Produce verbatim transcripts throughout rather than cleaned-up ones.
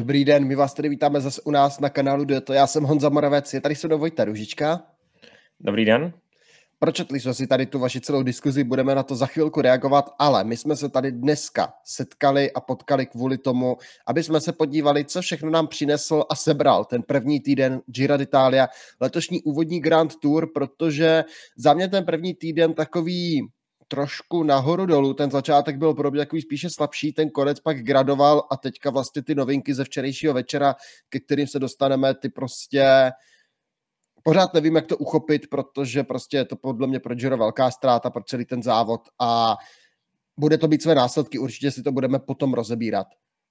Dobrý den, my vás tady vítáme zase u nás na kanálu Dueto. Já jsem Honza Moravec, je tady se mnou Vojta Růžička. Dobrý den. Pročetli jsme si tady tu vaši celou diskuzi, budeme na to za chvilku reagovat, ale my jsme se tady dneska setkali a potkali kvůli tomu, aby jsme se podívali, co všechno nám přinesl a sebral ten první týden Giro d'Italia, letošní úvodní Grand Tour, protože za mě ten první týden takový trošku nahoru dolů, ten začátek byl pro mě takový spíše slabší, ten konec pak gradoval a teďka vlastně ty novinky ze včerejšího večera, ke kterým se dostaneme, ty prostě pořád nevím, jak to uchopit, protože prostě je to podle mě pro Giro velká ztráta pro celý ten závod a bude to být své následky, určitě si to budeme potom rozebírat.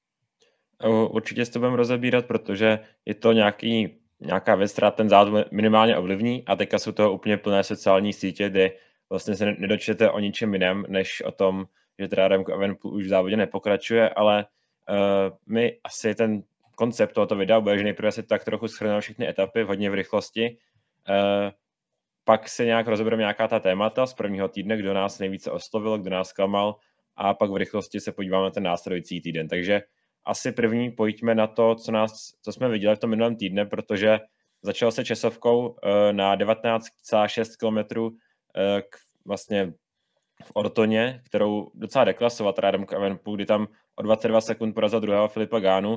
Určitě si to budeme rozebírat, protože je to nějaký, nějaká věc, která ten závod minimálně ovlivní a teďka jsou toho úplně plné sociální sítě, kde vlastně se nedočtete o ničem jiném, než o tom, že teda Remco Evenepoel už v závodě nepokračuje, ale uh, my asi ten koncept tohoto videa bude, že nejprve si tak trochu shrneme všechny etapy, hodně v rychlosti, uh, pak se nějak rozebereme nějaká ta témata z prvního týdne, kdo nás nejvíce oslovil, kdo nás zklamal a pak v rychlosti se podíváme na ten následující týden. Takže asi první pojďme na to, co, nás, co jsme viděli v tom minulém týdne, protože začal se časovkou uh, na devatenáct celá šest kilometrů k, vlastně v Ortoně, kterou docela deklasoval teda Remco Evenepoel, kdy tam o dvacet dva sekund porazil druhého Filipa Gánu.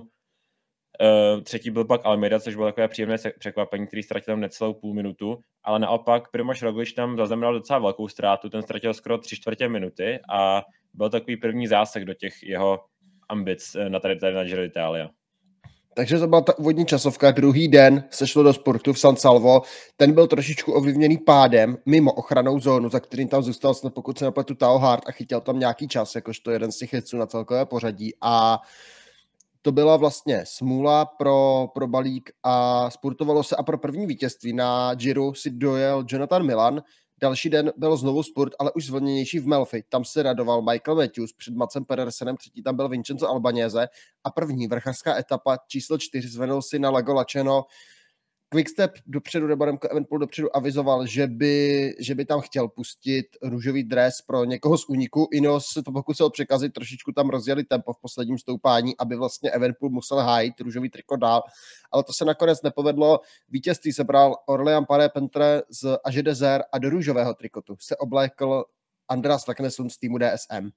Uh, třetí byl pak Almeida, což bylo takové příjemné překvapení, který ztratil tam necelou půl minutu, ale naopak Primož Roglič tam zaznamenal docela velkou ztrátu, ten ztratil skoro tři čtvrtě minuty a byl takový první zásah do těch jeho ambic na tady, tady na Giro d'Italia. Takže to byla ta úvodní časovka, druhý den se šlo do sportu v San Salvo, ten byl trošičku ovlivněný pádem mimo ochranou zónu, za kterým tam zůstal snad, pokud se nepletu, Tao Hart a chytil tam nějaký čas, jakožto jeden z těch jezdců na celkové pořadí a to byla vlastně smůla pro, pro balík a sportovalo se a pro první vítězství na Giro si dojel Jonathan Milan. Další den byl znovu sport, ale už zvlněnější v Melfi. Tam se radoval Michael Matthews před Matsem Pedersenem, třetí tam byl Vincenzo Albanese a první vrchařská etapa číslo čtyři zvedl si na Lago Laceno. Quickstep dopředu, nebo Remco Evenepoel dopředu avizoval, že by, že by tam chtěl pustit růžový dres pro někoho z úniku. Ineos se to pokusil překazit, trošičku tam rozjeli tempo v posledním stoupání, aby vlastně Evenepoel musel hájit růžový triko dál, ale to se nakonec nepovedlo. Vítězství sebral Orlean Paré-Pentre z Age Desert a do růžového trikotu se oblékl Andreas Leknesund z týmu D S M.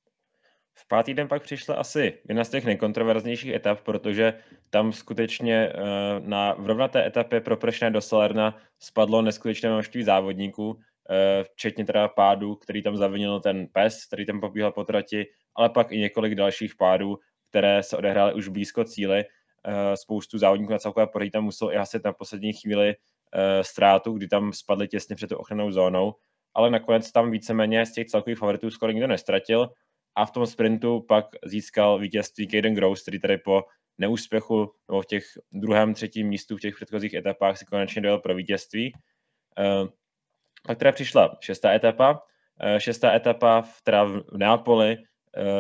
V pátý den pak přišla asi jedna z těch nejkontroverznějších etap, protože tam skutečně na v rovnaté etapě pro Prešné do Salerna spadlo neskutečné množství závodníků, včetně teda pádu, který tam zavinil ten pes, který tam pobíhal po trati, ale pak i několik dalších pádů, které se odehrály už blízko cíli. Spoustu závodníků na celkové pořadí tam musel i hasit na poslední chvíli ztrátu, kdy tam spadli těsně před tou ochrannou zónou, ale nakonec tam víceméně z těch celkových favoritů skoro nikdo nestratil. A v tom sprintu pak získal vítězství Caden Gross, který tady po neúspěchu nebo v těch druhém, třetím místu v těch předchozích etapách si konečně dojel pro vítězství. Uh, pak teda přišla šestá etapa. Uh, šestá etapa v, teda v Neapoli, uh,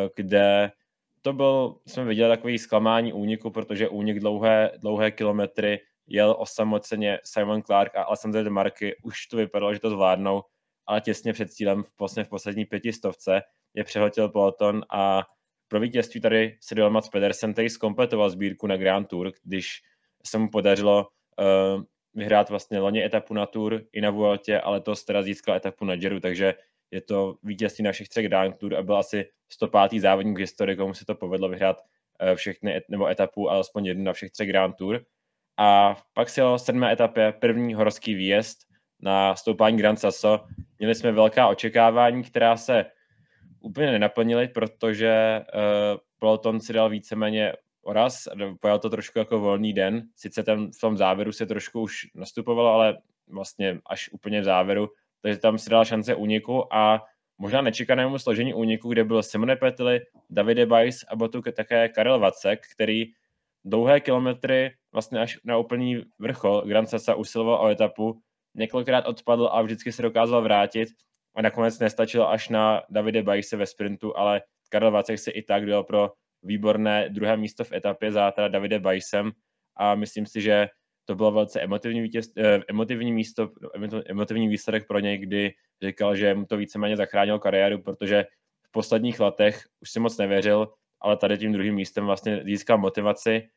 kde to byl, jsme viděli takový zklamání úniku, protože únik dlouhé, dlouhé kilometry jel osamoceně Simon Clark a Alessandro De Marchi. Už to vypadalo, že to zvládnou, ale těsně před cílem v, posledně v poslední pětistovce je přehltil peloton a pro vítězství tady se dojel Mats Pedersen, který zkompletoval sbírku na Grand Tour, když se mu podařilo uh, vyhrát vlastně loni etapu na Tour i na Vueltě, ale to teda získal etapu na Giro, takže je to vítězství na všech třech Grand Tour a byl asi sto pátý závodník v historii, komu se to povedlo vyhrát uh, všechny et, nebo etapu, alespoň jednu na všech třech Grand Tour. A pak se jelo v sedmé etapě první horský výjezd na stoupání Gran Sasso. Měli jsme velká očekávání, která se úplně nenaplnili, protože uh, peloton si dal víceméně oraz, pojel to trošku jako volný den, sice ten v tom závěru se trošku už nastupovalo, ale vlastně až úplně v závěru, takže tam si dal šance úniku a možná nečekanému složení úniku, kde byl Simone Petli, Davide Bajs a byl tu také Karel Vacek, který dlouhé kilometry vlastně až na úplný vrchol Gran Sassa usiloval o etapu, několikrát odpadl a vždycky se dokázal vrátit a nakonec nestačilo až na Davide Bajse ve sprintu, ale Karel Vacek se i tak dal pro výborné druhé místo v etapě za teda Davide Bajsem a myslím si, že to bylo velice emotivní, vítěz, eh, emotivní místo, emotivní výsledek pro něj, kdy říkal, že mu to víceméně zachránil kariéru, protože v posledních letech už si moc nevěřil, ale tady tím druhým místem vlastně získal motivaci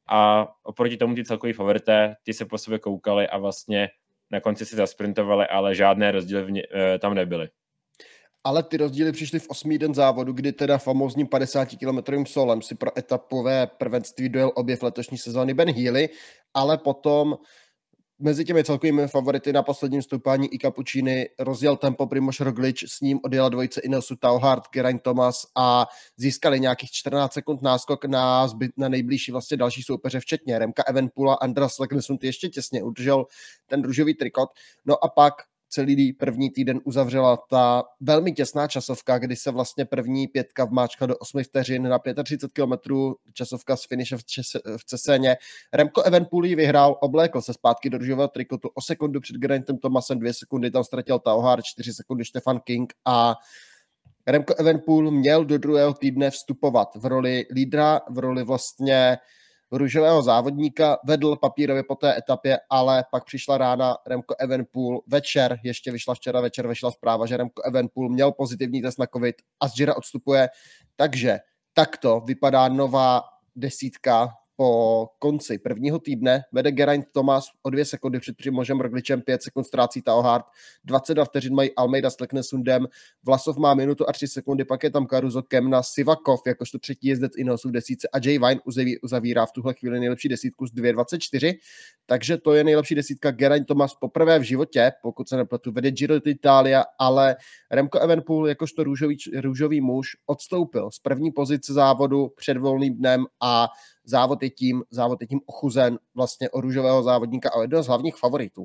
a oproti tomu ty celkový favorité, ty se po sobě koukali a vlastně na konci si zasprintovali, ale žádné rozdíly v ně, tam nebyly. Ale ty rozdíly přišly v osmý den závodu, kdy teda famózním padesátikilometrovým solem si pro etapové prvenství dojel objev letošní sezóny Ben Healy, ale potom mezi těmi celkovými favority na posledním stoupání i Cappuccini rozjel tempo Primož Roglič, s ním odjela dvojice Ineosu Tauhart, Geraint Thomas a získali nějakých čtrnáct sekund náskok na, zbyt, na nejbližší vlastně další soupeře, včetně Remka Evenepoela. Andreas Leknesund ještě těsně udržel ten růžový trikot. No a pak celý první týden uzavřela ta velmi těsná časovka, kdy se vlastně první pětka vmáčkla do osmi vteřin na třicet pět kilometrů, časovka s finishem v, v Ceseně. Remco Evenepoel ji vyhrál, oblékl se zpátky do růžového trikotu o sekundu před Geraintem Thomasem, dvě sekundy tam ztratil Tauhart, čtyři sekundy Stefan King a Remco Evenepoel měl do druhého týdne vstupovat v roli lídra, v roli vlastně růžového závodníka, vedl papírově po té etapě, ale pak přišla rána Remco Evenepoel, večer, ještě vyšla včera večer, vyšla zpráva, že Remco Evenepoel měl pozitivní test na covid a z Gira odstupuje, takže takto vypadá nová desítka po konci prvního týdne. Vede Geraint Thomas o dvě sekundy před Primožem Rogličem, pět sekund ztrácí Tauhart, dvacet dva vteřin mají Almeida s Leknesundem, Vlasov má minutu a tři sekundy, pak je tam Caruso, Kemna, Sivakov, jakožto třetí jezdec Ineosu v desítce a Jay Vine uzavírá v tuhle chvíli nejlepší desítku z dvě dvacet čtyři, takže to je nejlepší desítka. Geraint Thomas poprvé v životě, pokud se nepletu, vede Giro d'Italia, ale Remco Evenepoel jakožto růžový, růžový muž odstoupil z první pozice závodu před volným dnem a závod je tím, závod je tím ochuzen vlastně o růžového závodníka a jednoho z hlavních favoritů.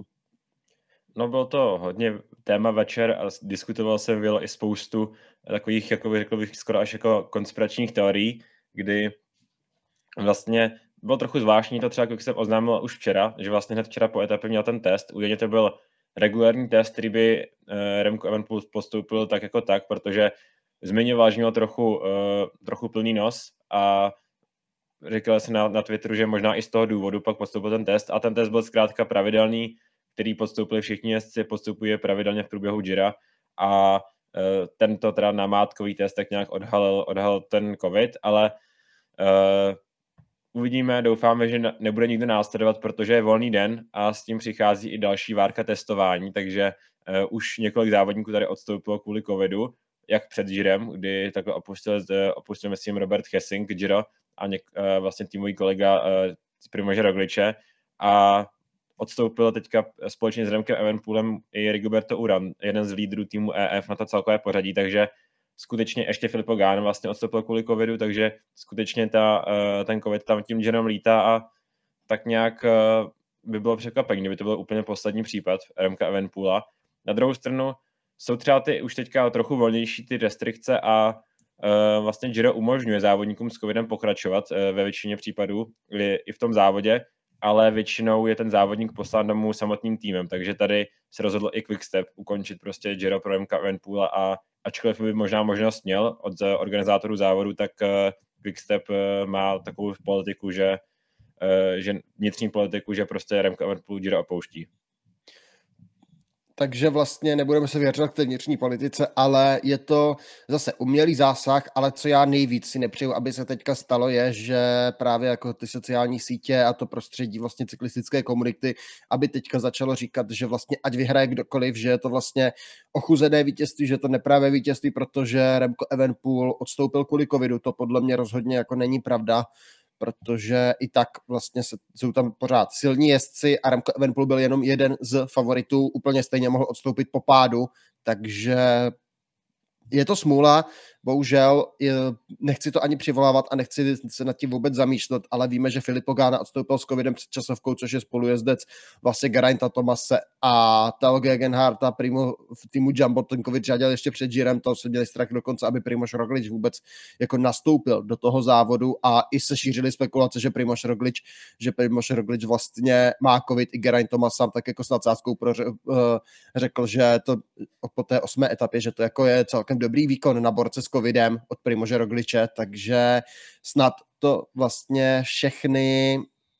No bylo to hodně téma večer a diskutoval se bylo i spoustu takových, jako řekl bych, skoro až jako konspiračních teorií, kdy vlastně bylo trochu zvláštní to třeba, jak jsem oznámil už včera, že vlastně hned včera po etapě měl ten test, údajně to byl regulární test, který by uh, Remco Evenepoel postoupil tak jako tak, protože zmiňoval, že měl trochu, uh, trochu plný nos a říkal se na, na Twitteru, že možná i z toho důvodu pak postoupil ten test a ten test byl zkrátka pravidelný, který podstoupili všichni jezdci, postupuje pravidelně v průběhu Gira a uh, tento teda namátkový test tak nějak odhalil, odhalil ten covid, ale uh, uvidíme, doufáme, že nebude nikdo následovat, protože je volný den a s tím přichází i další várka testování, takže uh, už několik závodníků tady odstoupilo kvůli covidu, jak před Girem, kdy takhle opustil, opustil myslím Robert Hessing Giro a něk, uh, vlastně týmový kolega uh, Primože Rogliče a odstoupil teďka společně s Remkem Evenepoelem i Rigoberto Uran, jeden z lídrů týmu E F na to celkové pořadí, takže skutečně ještě Filippo Ganna vlastně odstoupil kvůli covidu, takže skutečně ta, uh, ten covid tam tím Girem lítá a tak nějak uh, by bylo překvapení, kdyby to byl úplně poslední případ Remka Evenepoela. Na druhou stranu jsou třeba ty už teďka trochu volnější ty restrikce a uh, vlastně Giro umožňuje závodníkům s covidem pokračovat uh, ve většině případů i, i v tom závodě, ale většinou je ten závodník poslán domů samotným týmem, takže tady se rozhodl i Quickstep ukončit prostě Giro pro Remka Evenepoela a ačkoliv by možná možnost měl od organizátorů závodu, tak uh, Quickstep uh, má takovou politiku, že, uh, že vnitřní politiku, že prostě Remco Evenepoel Giro opouští. Takže vlastně nebudeme se vyjadřovat k té vnitřní politice, ale je to zase umělý zásah, ale co já nejvíc si nepřeju, aby se teďka stalo, je, že právě jako ty sociální sítě a to prostředí vlastně cyklistické komunity, aby teďka začalo říkat, že vlastně ať vyhraje kdokoliv, že je to vlastně ochuzené vítězství, že to nepravé vítězství, protože Remco Evenepoel odstoupil kvůli covidu, to podle mě rozhodně jako není pravda, protože i tak vlastně jsou tam pořád silní jezdci a Remco Evenepoel byl jenom jeden z favoritů, úplně stejně mohl odstoupit po pádu, takže je to smůla, bohužel nechci to ani přivolávat a nechci se nad tím vůbec zamýšlet, ale víme, že Filippo Ganna odstoupil s covidem před časovkou, což je spolujezdec vlastně Gerainta Thomase a Tao Gegenharta, Primo v týmu Jumbo, ten covid řadil ještě před Girem, to se měli strach dokonce, aby Primož Roglič vůbec jako nastoupil do toho závodu a i se šířily spekulace, že Primož Roglič, že Primož Roglič vlastně má covid i Geraint Thomas sám tak jako s nadsázkou pro, uh, řekl, že to po té osmé etapě, že to jako je celkem dobrý výkon na borce s covidem od Primože Rogliče, takže snad to vlastně všechny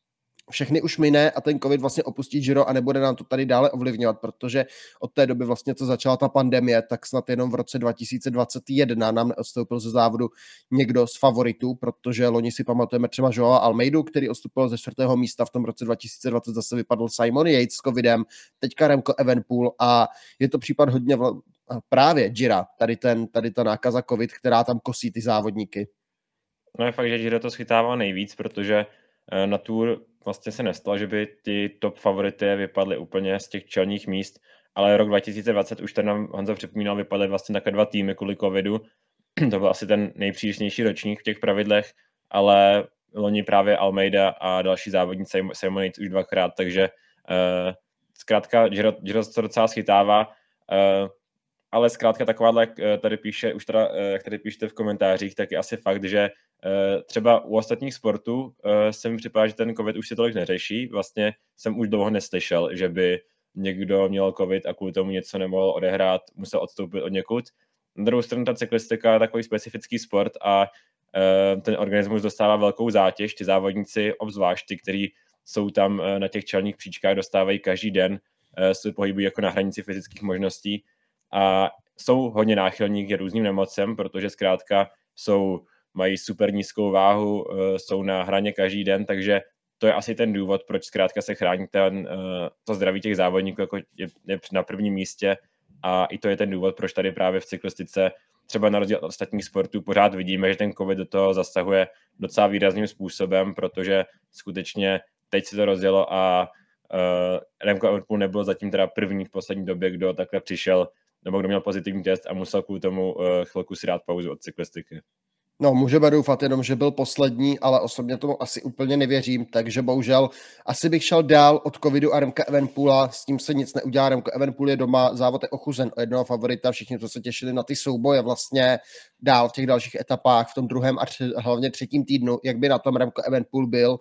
všechny už mine a ten covid vlastně opustí Giro a nebude nám to tady dále ovlivňovat, protože od té doby vlastně, co začala ta pandemie, tak snad jenom v roce dva tisíce dvacet jedna nám neodstoupil ze závodu někdo z favoritů, protože loni si pamatujeme třeba Joao Almeidu, který odstoupil ze čtvrtého místa, v tom roce dva tisíce dvacet zase vypadl Simon Yates s covidem, teďka Remco Evenepoel a je to případ hodně vl- právě Gira, tady, ten, tady ta nákaza covid, která tam kosí ty závodníky. No je fakt, že Giro to schytává nejvíc, protože na Tour vlastně se nestalo, že by ty top favority vypadly úplně z těch čelních míst, ale rok dva tisíce dvacet už ten nám Honza připomínal, vypadly vlastně takové dva týmy kvůli covidu. To byl asi ten nejpřísnější ročník v těch pravidlech, ale loni právě Almeida a další závodníci Simon Yates už dvakrát, takže uh, zkrátka Giro, Giro to docela schytává, uh, ale zkrátka takováhle, jak tady píše, už teda, jak tady píšete v komentářích, tak je asi fakt, že třeba u ostatních sportů se mi připadá, že ten covid už se tolik neřeší. Vlastně jsem už dlouho neslyšel, že by někdo měl covid a kvůli tomu něco nemohl odehrát, musel odstoupit od někud. Na druhou stranu ta cyklistika je takový specifický sport a ten organismus dostává velkou zátěž. Ty závodníci, obzvlášť ty, kteří jsou tam na těch čelních příčkách, dostávají každý den, se pohybují jako na hranici fyzických možností a jsou hodně náchylní k různým nemocem, protože zkrátka jsou, mají super nízkou váhu, jsou na hraně každý den, takže to je asi ten důvod, proč zkrátka se chrání ten, to zdraví těch závodníků jako je, je na prvním místě a i to je ten důvod, proč tady právě v cyklistice třeba na rozdíl od ostatních sportů pořád vidíme, že ten covid do toho zasahuje docela výrazným způsobem, protože skutečně teď se to rozjelo a uh, Remco Evenepoel nebyl zatím teda první v poslední době, kdo takhle přišel nebo kdo měl pozitivní test a musel kvůli tomu uh, chvilku si dát pauzu od cyklistiky. No, můžeme doufat jenom, že byl poslední, ale osobně tomu asi úplně nevěřím, takže bohužel asi bych šel dál od covidu a Remka Evenepoela, s tím se nic neudělá, Remco Evenepoel je doma, závod je ochuzen o jednoho favorita, všichni to se těšili na ty souboje vlastně dál v těch dalších etapách, v tom druhém a tři, hlavně třetím týdnu, jak by na tom Remco Evenepoel byl,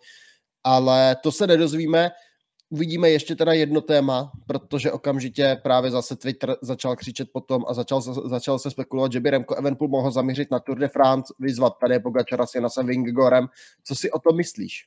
ale to se nedozvíme. Uvidíme ještě teda jedno téma, protože okamžitě právě zase Twitter začal křičet potom a začal, začal se spekulovat, že by Remco Evenepoel mohl zamířit na Tour de France, vyzvat tady Pogačara s Jonasem Vingegaardem. Co si o tom myslíš?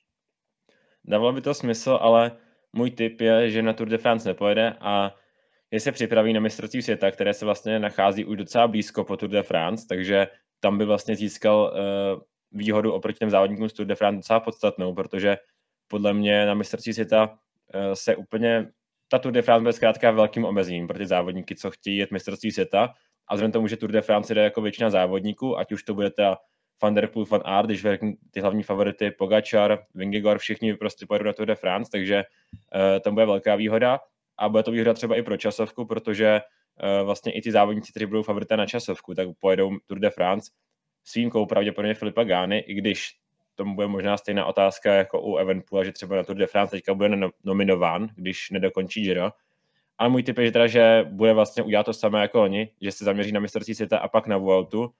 Dávalo by to smysl, ale můj tip je, že na Tour de France nepojede a je se připraví na mistrovství světa, které se vlastně nachází už docela blízko po Tour de France, takže tam by vlastně získal uh, výhodu oproti těm závodníkům z Tour de France docela podstatnou, protože podle mě na mistrovství světa se úplně, ta Tour de France bude zkrátka velkým omezením pro ty závodníky, co chtějí jet mistrovství světa a vzhledem tomu, že Tour de France jde jako většina závodníků, ať už to bude ta Van der Poel, Van Aert, když ty hlavní favority Pogačar, Vingegaard, všichni prostě pojedou na Tour de France, takže uh, tam bude velká výhoda a bude to výhoda třeba i pro časovku, protože uh, vlastně i ty závodníci, kteří budou favorité na časovku, tak pojedou Tour de France s výjimkou pravděpodobně Filipa Gány, i když tomu bude možná stejná otázka jako u Evenepoela, že třeba na Tour de France teďka bude nominován, když nedokončí Giro. Ale můj tip je, že, teda, že bude vlastně udělat to samé jako oni, že se zaměří na mistrovství světa a pak na Vueltu. Uh,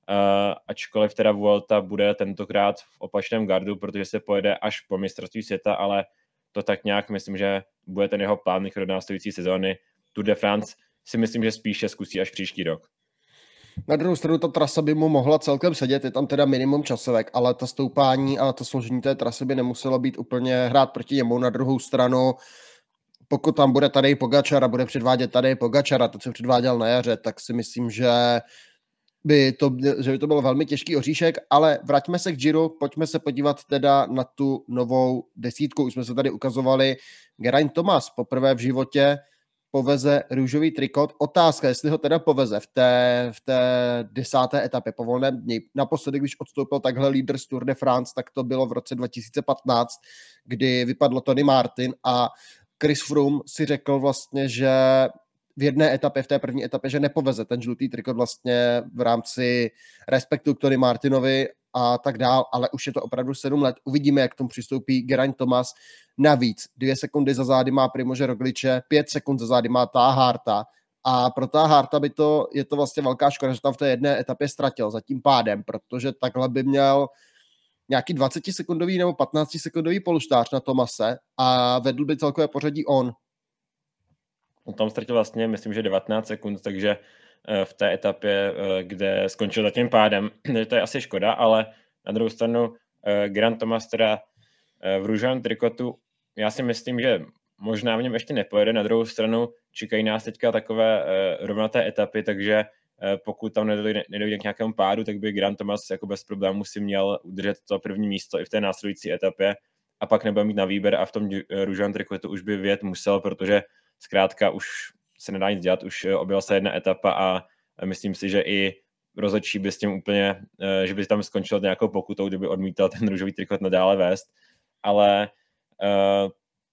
ačkoliv teda Vuelta bude tentokrát v opačném gardu, protože se pojede až po mistrovství světa, ale to tak nějak myslím, že bude ten jeho plán do následující sezóny. Tour de France si myslím, že spíše zkusí až příští rok. Na druhou stranu ta trasa by mu mohla celkem sedět, je tam teda minimum časovek, ale ta stoupání a to složení té trasy by nemuselo být úplně hrát proti němu. Na druhou stranu, pokud tam bude tady Pogačar a bude předvádět tady Pogačara, to, co předváděl na jaře, tak si myslím, že by to, že by to byl velmi těžký oříšek, ale vraťme se k Giro, pojďme se podívat teda na tu novou desítku. Už jsme se tady ukazovali, Geraint Thomas poprvé v životě poveze růžový trikot. Otázka, jestli ho teda poveze v té, v té desáté etapě po volném dni. Naposledy, když odstoupil takhle lídr z Tour de France, tak to bylo v roce dva tisíce patnáct, kdy vypadlo Tony Martin a Chris Froome si řekl vlastně, že v jedné etapě, v té první etapě, že nepoveze ten žlutý trikot vlastně v rámci respektu k Tony Martinovi a tak dál, ale už je to opravdu sedm let. Uvidíme, jak k tomu přistoupí Geraint Thomas. Navíc dvě sekundy za zády má Primože Rogliče, pět sekund za zády má Tao Harta a pro Tao Harta by to, je to vlastně velká škoda, že tam v té jedné etapě ztratil za tím pádem, protože takhle by měl nějaký dvacetisekundový nebo patnáctisekundový polštář na Thomase a vedl by celkové pořadí on. On tam ztratil vlastně, myslím, že devatenáct sekund, takže v té etapě, kde skončil za tím pádem, to je asi škoda, ale na druhou stranu Geraint Thomas teda v růžovém trikotu já si myslím, že možná v něm ještě nepojede, na druhou stranu čekají nás teďka takové uh, rovnaté etapy, takže uh, pokud tam nedojde, nedojde k nějakému pádu, tak by Geraint Thomas jako bez problémů si měl udržet to první místo i v té následující etapě a pak nebude mít na výběr a v tom uh, růžovém trikotu už by vyjet musel, protože zkrátka už se nedá nic dělat, už uh, objela se jedna etapa a uh, myslím si, že i rozhodčí by s tím úplně, uh, že by tam skončil nějakou pokutou, kdyby odmítal ten růžový trikot nadále vést, ale uh,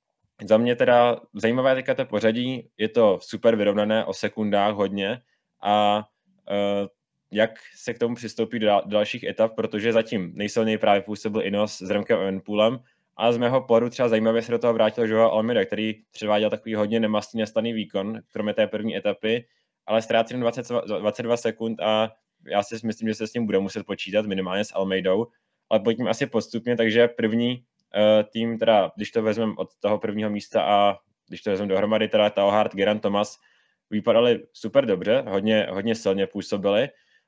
za mě teda zajímavé teďka to pořadí, je to super vyrovnané o sekundách hodně a uh, jak se k tomu přistoupí do, dal- do dalších etap, protože zatím nejsilněji právě působil Ineos s Remkem Evenepoelem a z mého pohledu třeba zajímavě se do toho vrátil Joao Almeida, který předváděl takový hodně nemastný nastaný výkon, kromě té první etapy, ale ztrácí jen dvacet, dvacet dva sekund a já si myslím, že se s tím bude muset počítat minimálně s Almeidou, ale pojďme asi postupně, takže první Uh, tým, teda, když to vezmeme od toho prvního místa a když to vezmeme dohromady, teda Tao Hart, Geraint Thomas, vypadali super dobře, hodně, hodně silně působili,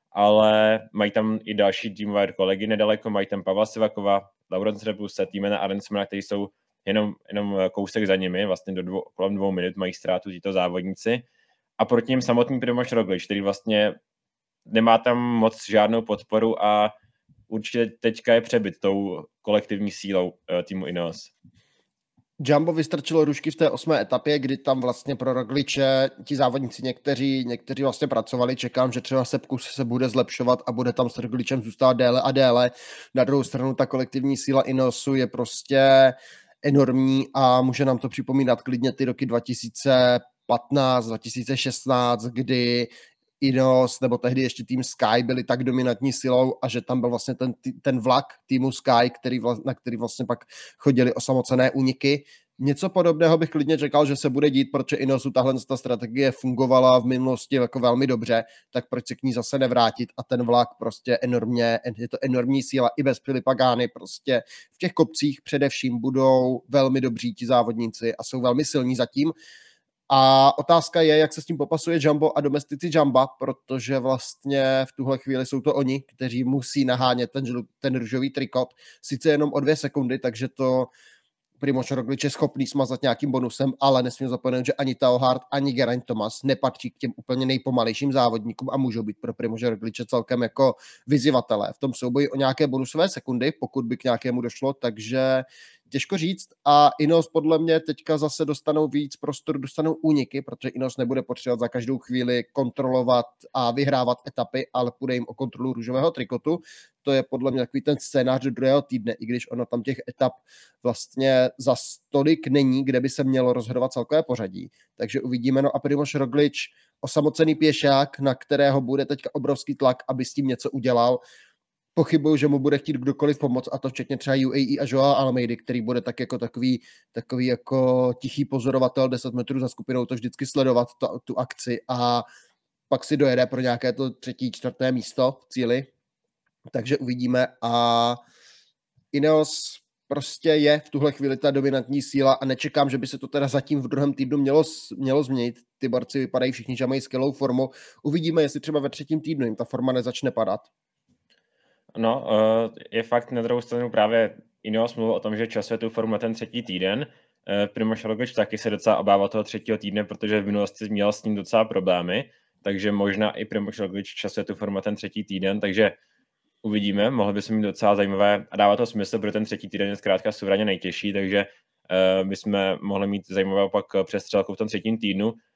ale mají tam i další týmové kolegy nedaleko, mají tam Pavla Sivakova, Laurence Rebuse, Tymena Arensmana, kteří jsou jenom, jenom kousek za nimi, vlastně do dvou, kolem dvou minut mají ztrátu títo závodníci a proti ním samotný Primož Roglič, který vlastně nemá tam moc žádnou podporu a určitě teďka je přebyt tou kolektivní sílou uh, týmu Ineos. Jumbo vystrčilo rušky v té osmé etapě, kdy tam vlastně pro Rogliče ti závodníci někteří, někteří vlastně pracovali. Čekám, že třeba Sepkus se bude zlepšovat a bude tam s Rogličem zůstat déle a déle. Na druhou stranu ta kolektivní síla Ineosu je prostě enormní a může nám to připomínat klidně ty roky dva tisíce patnáct, dva tisíce šestnáct, kdy Ineos nebo tehdy ještě tým Sky byli tak dominantní silou a že tam byl vlastně ten, ten vlak týmu Sky, který, na který vlastně pak chodili osamocené úniky. Něco podobného bych klidně čekal, že se bude dít, protože Ineosu tahle ta strategie fungovala v minulosti jako velmi dobře, tak proč se k ní zase nevrátit a ten vlak prostě enormně, je to enormní síla i bez Filipa Gány, prostě v těch kopcích především budou velmi dobří ti závodníci a jsou velmi silní zatím. A otázka je, jak se s tím popasuje Jumbo a domestici Jamba, protože vlastně v tuhle chvíli jsou to oni, kteří musí nahánět ten, ten růžový trikot, sice jenom o dvě sekundy, takže to Primož Roglič je schopný smazat nějakým bonusem, ale nesmím zapomenout, že ani Tao Hart, ani Geraint Thomas nepatří k těm úplně nejpomalejším závodníkům a můžou být pro Primože Rogliče celkem jako vyzývatelé v tom souboji o nějaké bonusové sekundy, pokud by k nějakému došlo, takže těžko říct a Ineos podle mě teďka zase dostanou víc prostoru, dostanou úniky, protože Ineos nebude potřebovat za každou chvíli kontrolovat a vyhrávat etapy, ale půjde jim o kontrolu růžového trikotu. To je podle mě takový ten scénář do druhého týdne, i když ono tam těch etap vlastně za stolik není, kde by se mělo rozhodovat celkové pořadí. Takže uvidíme, no a Primož Roglič, osamocený pěšák, na kterého bude teďka obrovský tlak, aby s tím něco udělal. Pochybuju, že mu bude chtít kdokoliv pomoct, a to včetně třeba U A E a Joao Almeidy, který bude tak jako takový, takový jako tichý pozorovatel deset metrů za skupinou to vždycky sledovat, to, tu akci a pak si dojede pro nějaké to třetí, čtvrté místo v cíli. Takže uvidíme a Ineos prostě je v tuhle chvíli ta dominantní síla a nečekám, že by se to teda zatím v druhém týdnu mělo, mělo změnit. Ty borci vypadají všichni, že mají skvělou formu. Uvidíme, jestli třeba ve třetím týdnu jim ta forma nezačne padat. No, je fakt na druhou stranu právě Ineos mluvil o tom, že časuje tu formu na ten třetí týden. Primož Roglič taky se docela obával toho třetího týdne, protože v minulosti měl s ním docela problémy, takže možná i Primož Roglič časuje tu formu na ten třetí týden, takže uvidíme, mohlo by se mít docela zajímavé a dává to smysl, protože ten třetí týden je zkrátka suverénně nejtěžší, takže uh, bychom mohli mít zajímavou pak přestřelku v tom třetím týdnu. Uh,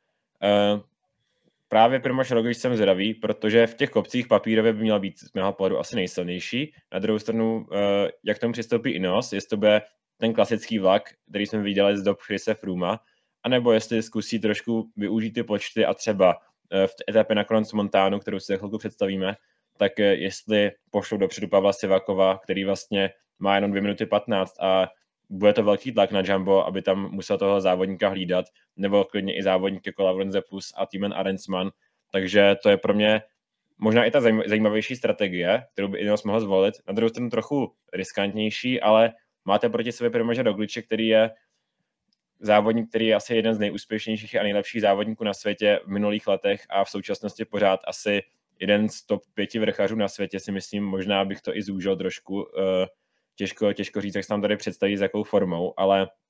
právě Primož Roglič jsem zvědavý, protože v těch kopcích papírově by měl být z mého pohledu asi nejsilnější. Na druhou stranu, uh, jak tomu přistoupí Ineos, jestli to bude ten klasický vlak, který jsme viděli z dob Chrise Frooma, anebo jestli zkusí trošku využít ty počty a třeba uh, v etapě na konec Montánu, kterou si za chvilku představíme, tak jestli pošlou dopředu Pavla Sivakova, který vlastně má jenom dvě minuty patnáct a bude to velký tlak na Jumbo, aby tam musel toho závodníka hlídat, nebo klidně i závodník jako Laurence Rebus a Thymen Arensman. Takže to je pro mě možná i ta zajímavější strategie, kterou by Ineos mohl zvolit. Na druhou stranu trochu riskantnější, ale máte proti sobě Primože Rogliče, který je závodník, který je asi jeden z nejúspěšnějších a nejlepších závodníků na světě v minulých letech a v současnosti pořád asi jeden z top pěti vrchařů na světě, si myslím, možná bych to i zúžil trošku, těžko, těžko říct, jak se tam tady představí s jakou formou, ale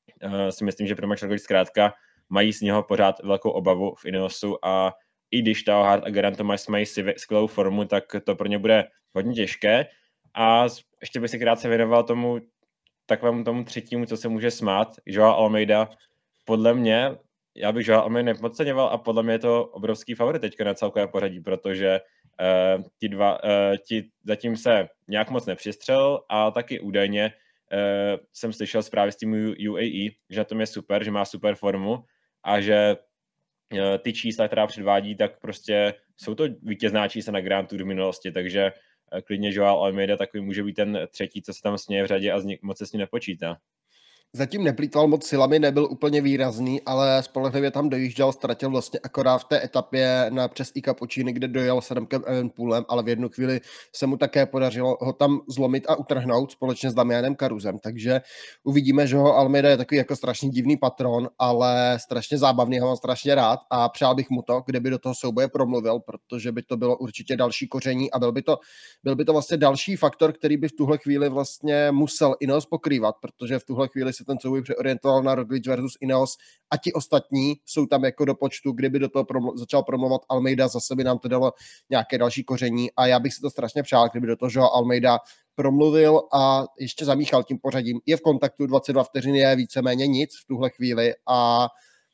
uh, si myslím, že Primož Roglič zkrátka mají z něho pořád velkou obavu v Ineosu a i když Tao Hart a Geraint Thomas mají skvělou formu, tak to pro ně bude hodně těžké. A ještě bych si krátce věnoval tomu takovému tomu třetímu, co se může smát, Joao Almeida. Podle mě, já bych Joao Almeida nepodceňoval a podle mě je to obrovský favorit teďka na celkové pořadí, protože uh, ti dva, uh, ti zatím se nějak moc nepřistřelil a taky údajně uh, jsem slyšel zprávy z týmu U A E, že na tom je super, že má super formu a že uh, ty čísla, která předvádí, tak prostě jsou to vítězná čísla na Grand Tour v minulosti, takže klidně Joao Almeida takový může být ten třetí, co se tam směje v řadě a moc se s ním nepočítá. Zatím neplýtval moc silami, nebyl úplně výrazný, ale spolehlivě tam dojížděl, ztratil vlastně akorát v té etapě na přes i Cappuccini, kde dojel s Remkem Evenepoelem, ale v jednu chvíli se mu také podařilo ho tam zlomit a utrhnout společně s Damianem Caruzem, takže uvidíme, že ho Almeida je takový jako strašně divný patron, ale strašně zábavný, ho mám strašně rád a přál bych mu to, kdyby do toho souboje promluvil, protože by to bylo určitě další koření a byl by to, byl by to vlastně další faktor, který by v tuhle chvíli vlastně musel Ineos pokrývat, protože v tuhle chvíli se ten souboj přeorientoval na Roglič versus Ineos a ti ostatní jsou tam jako do počtu, kdyby do toho promlu- začal promluvat Almeida, zase by nám to dalo nějaké další koření a já bych si to strašně přál, kdyby do toho Joao Almeida promluvil a ještě zamíchal tím pořadím. Je v kontaktu, dvacet dva vteřin je víceméně nic v tuhle chvíli a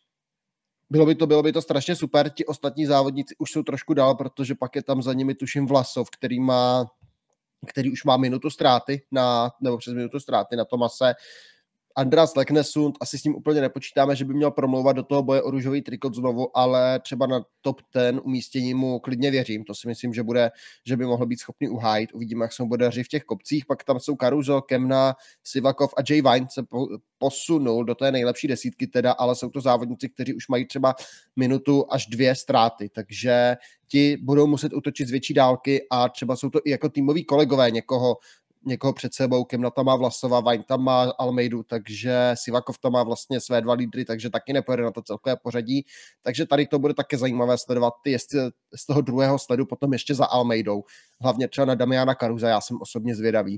bylo by to, bylo by to strašně super. Ti ostatní závodníci už jsou trošku dál, protože pak je tam za nimi tuším Vlasov, který má který už má minutu ztráty na, nebo přes minutu ztráty na Tomase. Andreas Leknesund, asi s ním úplně nepočítáme, že by měl promlouvat do toho boje o růžový trikot znovu, ale třeba na top deset umístění mu klidně věřím. To si myslím, že bude, že by mohl být schopný uhájit. Uvidíme, jak se mu bude dařit v těch kopcích. Pak tam jsou Caruso, Kemna, Sivakov a Jay Vine se po, posunul do té nejlepší desítky teda, ale jsou to závodníci, kteří už mají třeba minutu až dvě ztráty, takže ti budou muset útočit z větší dálky a třeba jsou to i jako týmoví kolegové někoho, někoho před sebou, Kemna tam má Vlasova, Vine tam má Almeidu, takže Sivakov tam má vlastně své dva lídry, takže taky nepojede na to celkové pořadí, takže tady to bude také zajímavé sledovat ty jestli z toho druhého sledu potom ještě za Almeidou, hlavně třeba na Damiana Caruza, já jsem osobně zvědavý.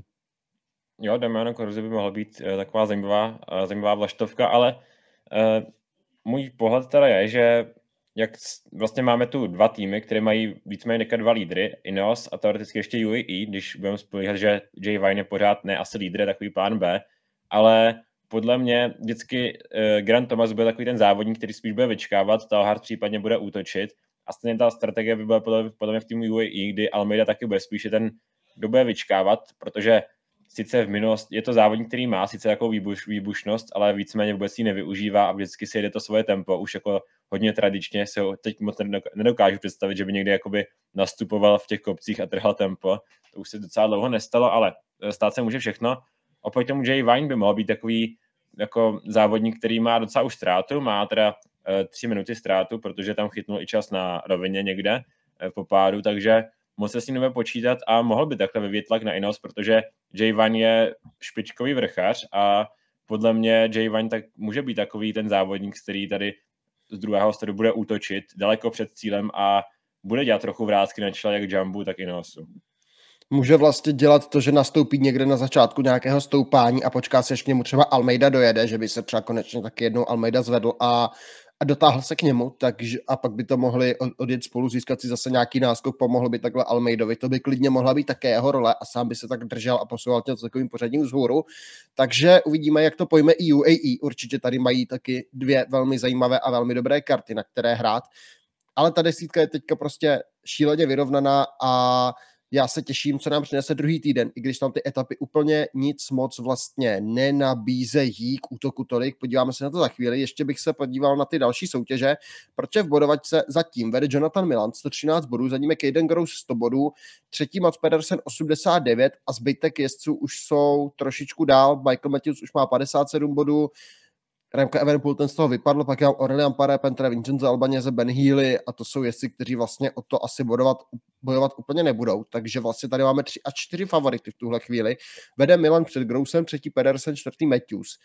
Jo, Damiano Caruso by mohla být uh, taková zajímavá, uh, zajímavá vlaštovka, ale uh, můj pohled teda je, že jak vlastně máme tu dva týmy, které mají víceméně neka dva lídry, Ineos a teoreticky ještě U A E, když budeme spolíhat, že Jay Vine je pořád ne asi lídr, takový plán B, ale podle mě vždycky uh, Geraint Thomas bude takový ten závodník, který spíš bude vyčkávat, Tao Hart případně bude útočit a stejně ta strategie by byla podle, podle mě v týmu U A E, kdy Almeida taky bude spíše ten, kdo bude vyčkávat, protože sice v minulosti je to závodník, který má sice jako výbuš, výbušnost, ale víceméně vůbec ji nevyužívá a vždycky si jede to svoje tempo. Už jako hodně tradičně se ho teď moc nedokážu představit, že by někdy jakoby nastupoval v těch kopcích a trhal tempo. To už se docela dlouho nestalo, ale stát se může všechno. Oproti tomu Jay Vine by mohl být takový jako závodník, který má docela už ztrátu, má teda uh, tři minuty ztrátu, protože tam chytnul i čas na rovině někde uh, po pádu, takže moc se s ním nebude počítat a mohl by takhle vyvíjet tlak na Ineos, protože Jay Vine je špičkový vrchař a podle mě Jay Vine tak může být takový ten závodník, který tady z druhého středu bude útočit daleko před cílem a bude dělat trochu vrátky na čele jak Jumbu, tak Ineosu. Může vlastně dělat to, že nastoupí někde na začátku nějakého stoupání a počká se, až k němu třeba Almeida dojede, že by se třeba konečně taky jednou Almeida zvedl a a dotáhl se k němu, takže a pak by to mohli odjet spolu, získat si zase nějaký náskok, pomohl by takhle Almeidovi, to by klidně mohla být také jeho role a sám by se tak držel a posouval těm takovým pořadím vzhůru, takže uvidíme, jak to pojme i U A E, určitě tady mají taky dvě velmi zajímavé a velmi dobré karty, na které hrát, ale ta desítka je teďka prostě šíleně vyrovnaná a já se těším, co nám přinese druhý týden, i když tam ty etapy úplně nic moc vlastně nenabízejí k útoku tolik. Podíváme se na to za chvíli. Ještě bych se podíval na ty další soutěže, protože v bodovačce zatím vede Jonathan Milan sto třináct bodů, za ním je Caden Gross sto bodů, třetí Mats Pedersen osmdesát devět a zbytek jezdců už jsou trošičku dál. Michael Matthews už má padesát sedm bodů, Remco Evenepoel ten z toho vypadl, pak je Aurelian Paré, Pentra Vincenzo Albanese, Ben Healy a to jsou jezdci, kteří vlastně o to asi bodovat, bojovat úplně nebudou, takže vlastně tady máme tři a čtyři favority v tuhle chvíli. Vede Milan před Grousem, třetí Pedersen, čtvrtý Matthews.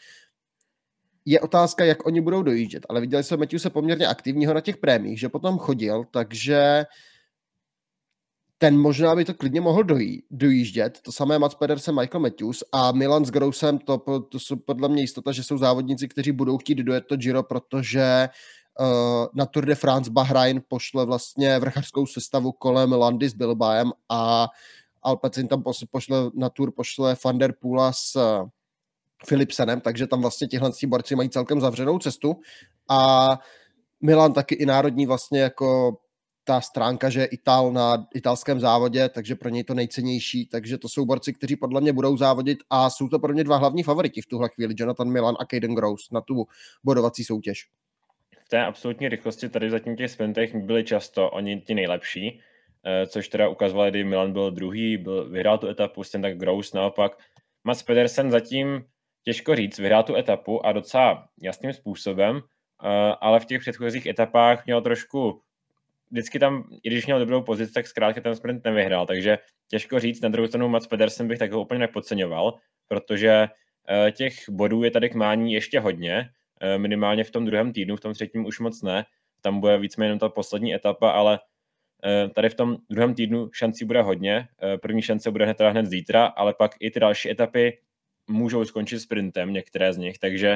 Je otázka, jak oni budou dojíždět, ale viděli jsme Matthewse poměrně aktivního na těch prémích, že potom chodil, takže ten možná by to klidně mohl dojít, dojíždět. To samé Mats Pedersen, Michael Matthews a Milan s Grousem, to, to jsou podle mě jistota, že jsou závodníci, kteří budou chtít dojet to Giro, protože uh, na Tour de France Bahrain pošle vlastně vrchařskou sestavu kolem Landy s Bilbaem a Alpecin tam pošle na Tour pošle Van der Poola s uh, Philipsenem, takže tam vlastně tihle borci mají celkem zavřenou cestu a Milan taky i národní vlastně jako ta stránka, že je Ital na italském závodě, takže pro něj to nejcennější, takže to jsou borci, kteří podle mě budou závodit a jsou to pro mě dva hlavní favoriti v tuhle chvíli, Jonathan Milan a Caden Gross na tu bodovací soutěž. V té absolutní rychlosti tady zatím těch sprintech byli často oni ti nejlepší, což teda ukazovali, kdy Milan byl druhý, byl, vyhrál tu etapu, stejně tak Gross naopak. Mats Pedersen zatím těžko říct, vyhrál tu etapu a docela jasným způsobem, ale v těch předchozích etapách měl trošku vždycky tam, i když měl dobrou pozici, tak zkrátka ten sprint nevyhrál, takže těžko říct. Na druhou stranu Mats Pedersen bych tak ho úplně nepodceňoval, protože těch bodů je tady k mání ještě hodně, minimálně v tom druhém týdnu, v tom třetím už moc ne, tam bude víceméně ta poslední etapa, ale tady v tom druhém týdnu šancí bude hodně, první šance bude hned, teda hned zítra, ale pak i ty další etapy můžou skončit sprintem, některé z nich, takže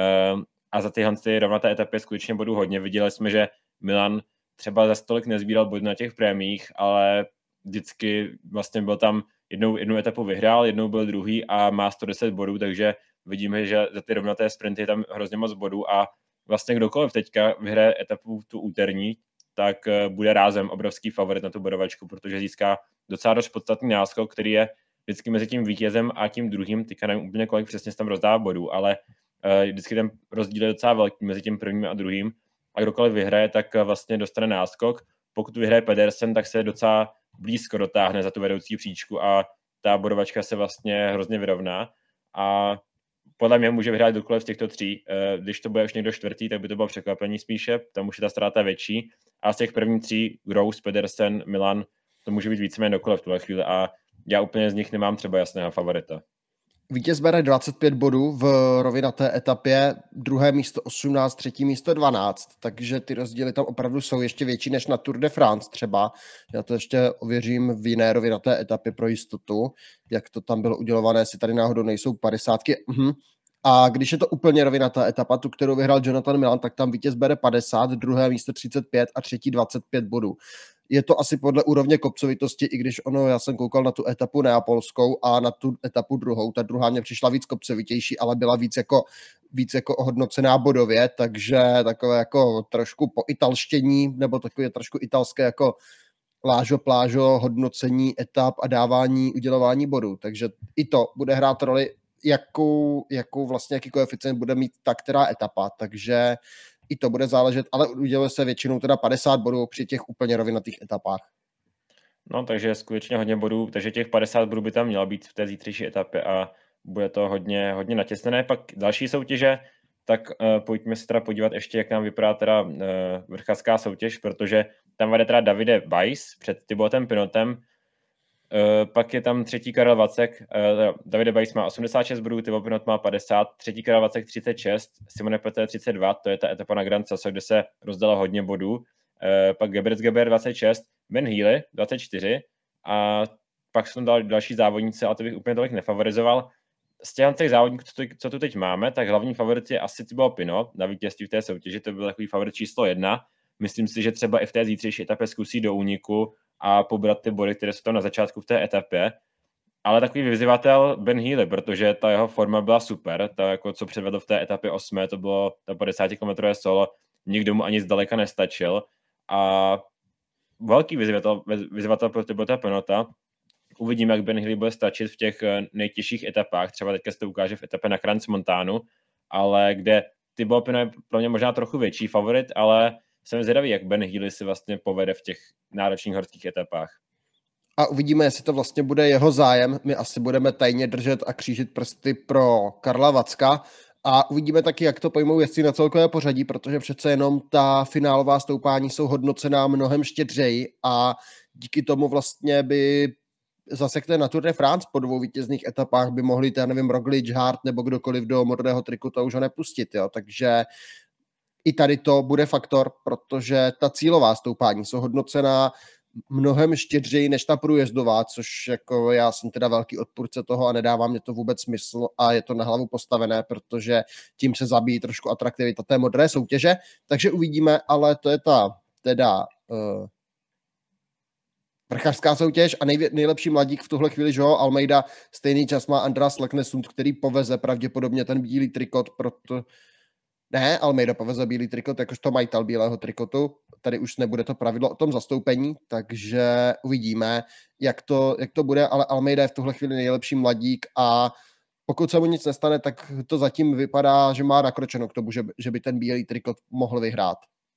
a za tyhle ty rovnaté etapy skutečně bodů hodně. Viděli jsme, že Milan třeba za stolik nezbíral body na těch prémiích, ale vždycky vlastně byl tam jednou, jednu etapu vyhrál, jednou byl druhý a má sto deset bodů, takže vidíme, že za ty rovnaté sprinty je tam hrozně moc bodů a vlastně kdokoliv teďka vyhraje etapu tu úterní, tak bude rázem obrovský favorit na tu bodovačku, protože získá docela dost podstatný náskok, který je vždycky mezi tím vítězem a tím druhým, teďka nevím úplně, kolik přesně se tam rozdává bodů, ale vždycky ten rozdíl je docela velký mezi tím prvním a druhým. A kdokoliv vyhraje, tak vlastně dostane náskok. Pokud vyhraje Pedersen, tak se docela blízko dotáhne za tu vedoucí příčku a ta bodovačka se vlastně hrozně vyrovná. A podle mě může vyhrát kdokoliv z těchto tří. Když to bude už někdo čtvrtý, tak by to bylo překvapení spíše, tam už je ta ztráta větší. A z těch prvních tří, Gross, Pedersen, Milan, to může být víceméně kdokoliv v tuhle chvíli. A já úplně z nich nemám třeba jasného favorita. Vítěz bere dvacet pět bodů v rovinaté etapě, druhé místo osmnáct, třetí místo dvanáct, takže ty rozdíly tam opravdu jsou ještě větší než na Tour de France třeba. Já to ještě ověřím v jiné rovinaté etapě pro jistotu, jak to tam bylo udělované, jestli tady náhodou nejsou padesátky. Mhm. A když je to úplně rovinatá etapa, tu, kterou vyhrál Jonathan Milan, tak tam vítěz bere padesát, druhé místo třicet pět a třetí dvacet pět bodů. Je to asi podle úrovně kopcovitosti, i když ono, já jsem koukal na tu etapu neapolskou a na tu etapu druhou. Ta druhá mě přišla víc kopcovitější, ale byla víc jako, víc jako ohodnocená bodově, takže takové jako trošku po italštění, nebo takové trošku italské jako lážo plážo, hodnocení etap a dávání, udělování bodů. Takže i to bude hrát roli, jakou, jakou vlastně, jaký koeficient bude mít ta která etapa, takže i to bude záležet, ale uděluje se většinou teda padesát bodů při těch úplně rovinatých etapách. No, takže skutečně hodně bodů, takže těch padesát bodů by tam mělo být v té zítřejší etapě a bude to hodně, hodně natěsnené. Pak další soutěže, tak uh, pojďme se teda podívat ještě, jak nám vypadá teda uh, vrchařská soutěž, protože tam vede teda Davide Weiss před Thibaudem Pinotem, uh, pak je tam třetí Karel Vacek, uh, Davide Weiss má osmdesát šest bodů, Thibaut Pinot má padesát, třetí Karel Vacek třicet šest, Simone Peter třicet dva, to je ta etapa na Gran Sasso, kde se rozdalo hodně bodů, uh, pak Gebrselassie dvacet šest, Ben Healy dvacet čtyři a pak jsou tam další závodníci, ale to bych úplně tolik nefavorizoval. Z těch, těch závodníků, co, co tu teď máme, tak hlavní favorit je asi Thibaut Pinot na vítězství v té soutěži, to byl takový favorit číslo jedna. Myslím si, že třeba i v té zítřejší etapě zkusí do úniku a pobrat ty body, které jsou tam na začátku v té etapě. Ale takový vyzývatel Ben Healy, protože ta jeho forma byla super, to jako co předvedl v té etapě osmé, to bylo ta padesátikilometrové solo, nikdo mu ani zdaleka nestačil a velký vyzývatel, vyzývatel pro Thibauta Pinota. Uvidíme, jak Ben Healy bude stačit v těch nejtěžších etapách, třeba teďka se to ukáže v etapě na Crans-Montanu, ale kde Thibaut Pinot je pro mě možná trochu větší favorit, ale jsem zvědavý, jak Ben Healy si vlastně povede v těch náročných horských etapách. A uvidíme, jestli to vlastně bude jeho zájem. My asi budeme tajně držet a křížit prsty pro Karla Vacka a uvidíme taky, jak to pojmou jezdci na celkové pořadí, protože přece jenom ta finálová stoupání jsou hodnocená mnohem štědřeji a díky tomu vlastně by zasekne na Tour de France po dvou vítězných etapách by mohli, já nevím, Roglič, Hart nebo kdokoliv do modrého triku to už ho nepustit, jo. Takže i tady to bude faktor, protože ta cílová stoupání jsou hodnocená mnohem štědřeji než ta průjezdová, což jako já jsem teda velký odpůrce toho a nedává mě to vůbec smysl a je to na hlavu postavené, protože tím se zabíjí trošku atraktivita té modré soutěže, takže uvidíme, ale to je ta teda uh, vrchařská soutěž a nejvě- nejlepší mladík v tuhle chvíli, že jo, Almeida, stejný čas má Andreas Leknesund, který poveze pravděpodobně ten bílý trikot, proto ne, Almeida poveze bílý trikot, jakožto majitel bílého trikotu. Tady už nebude to pravidlo o tom zastoupení, takže uvidíme, jak to, jak to bude, ale Almeida je v tuhle chvíli nejlepší mladík a pokud se mu nic nestane, tak to zatím vypadá, že má nakročeno k tomu, že, že by ten bílý trikot mohl vyhrát.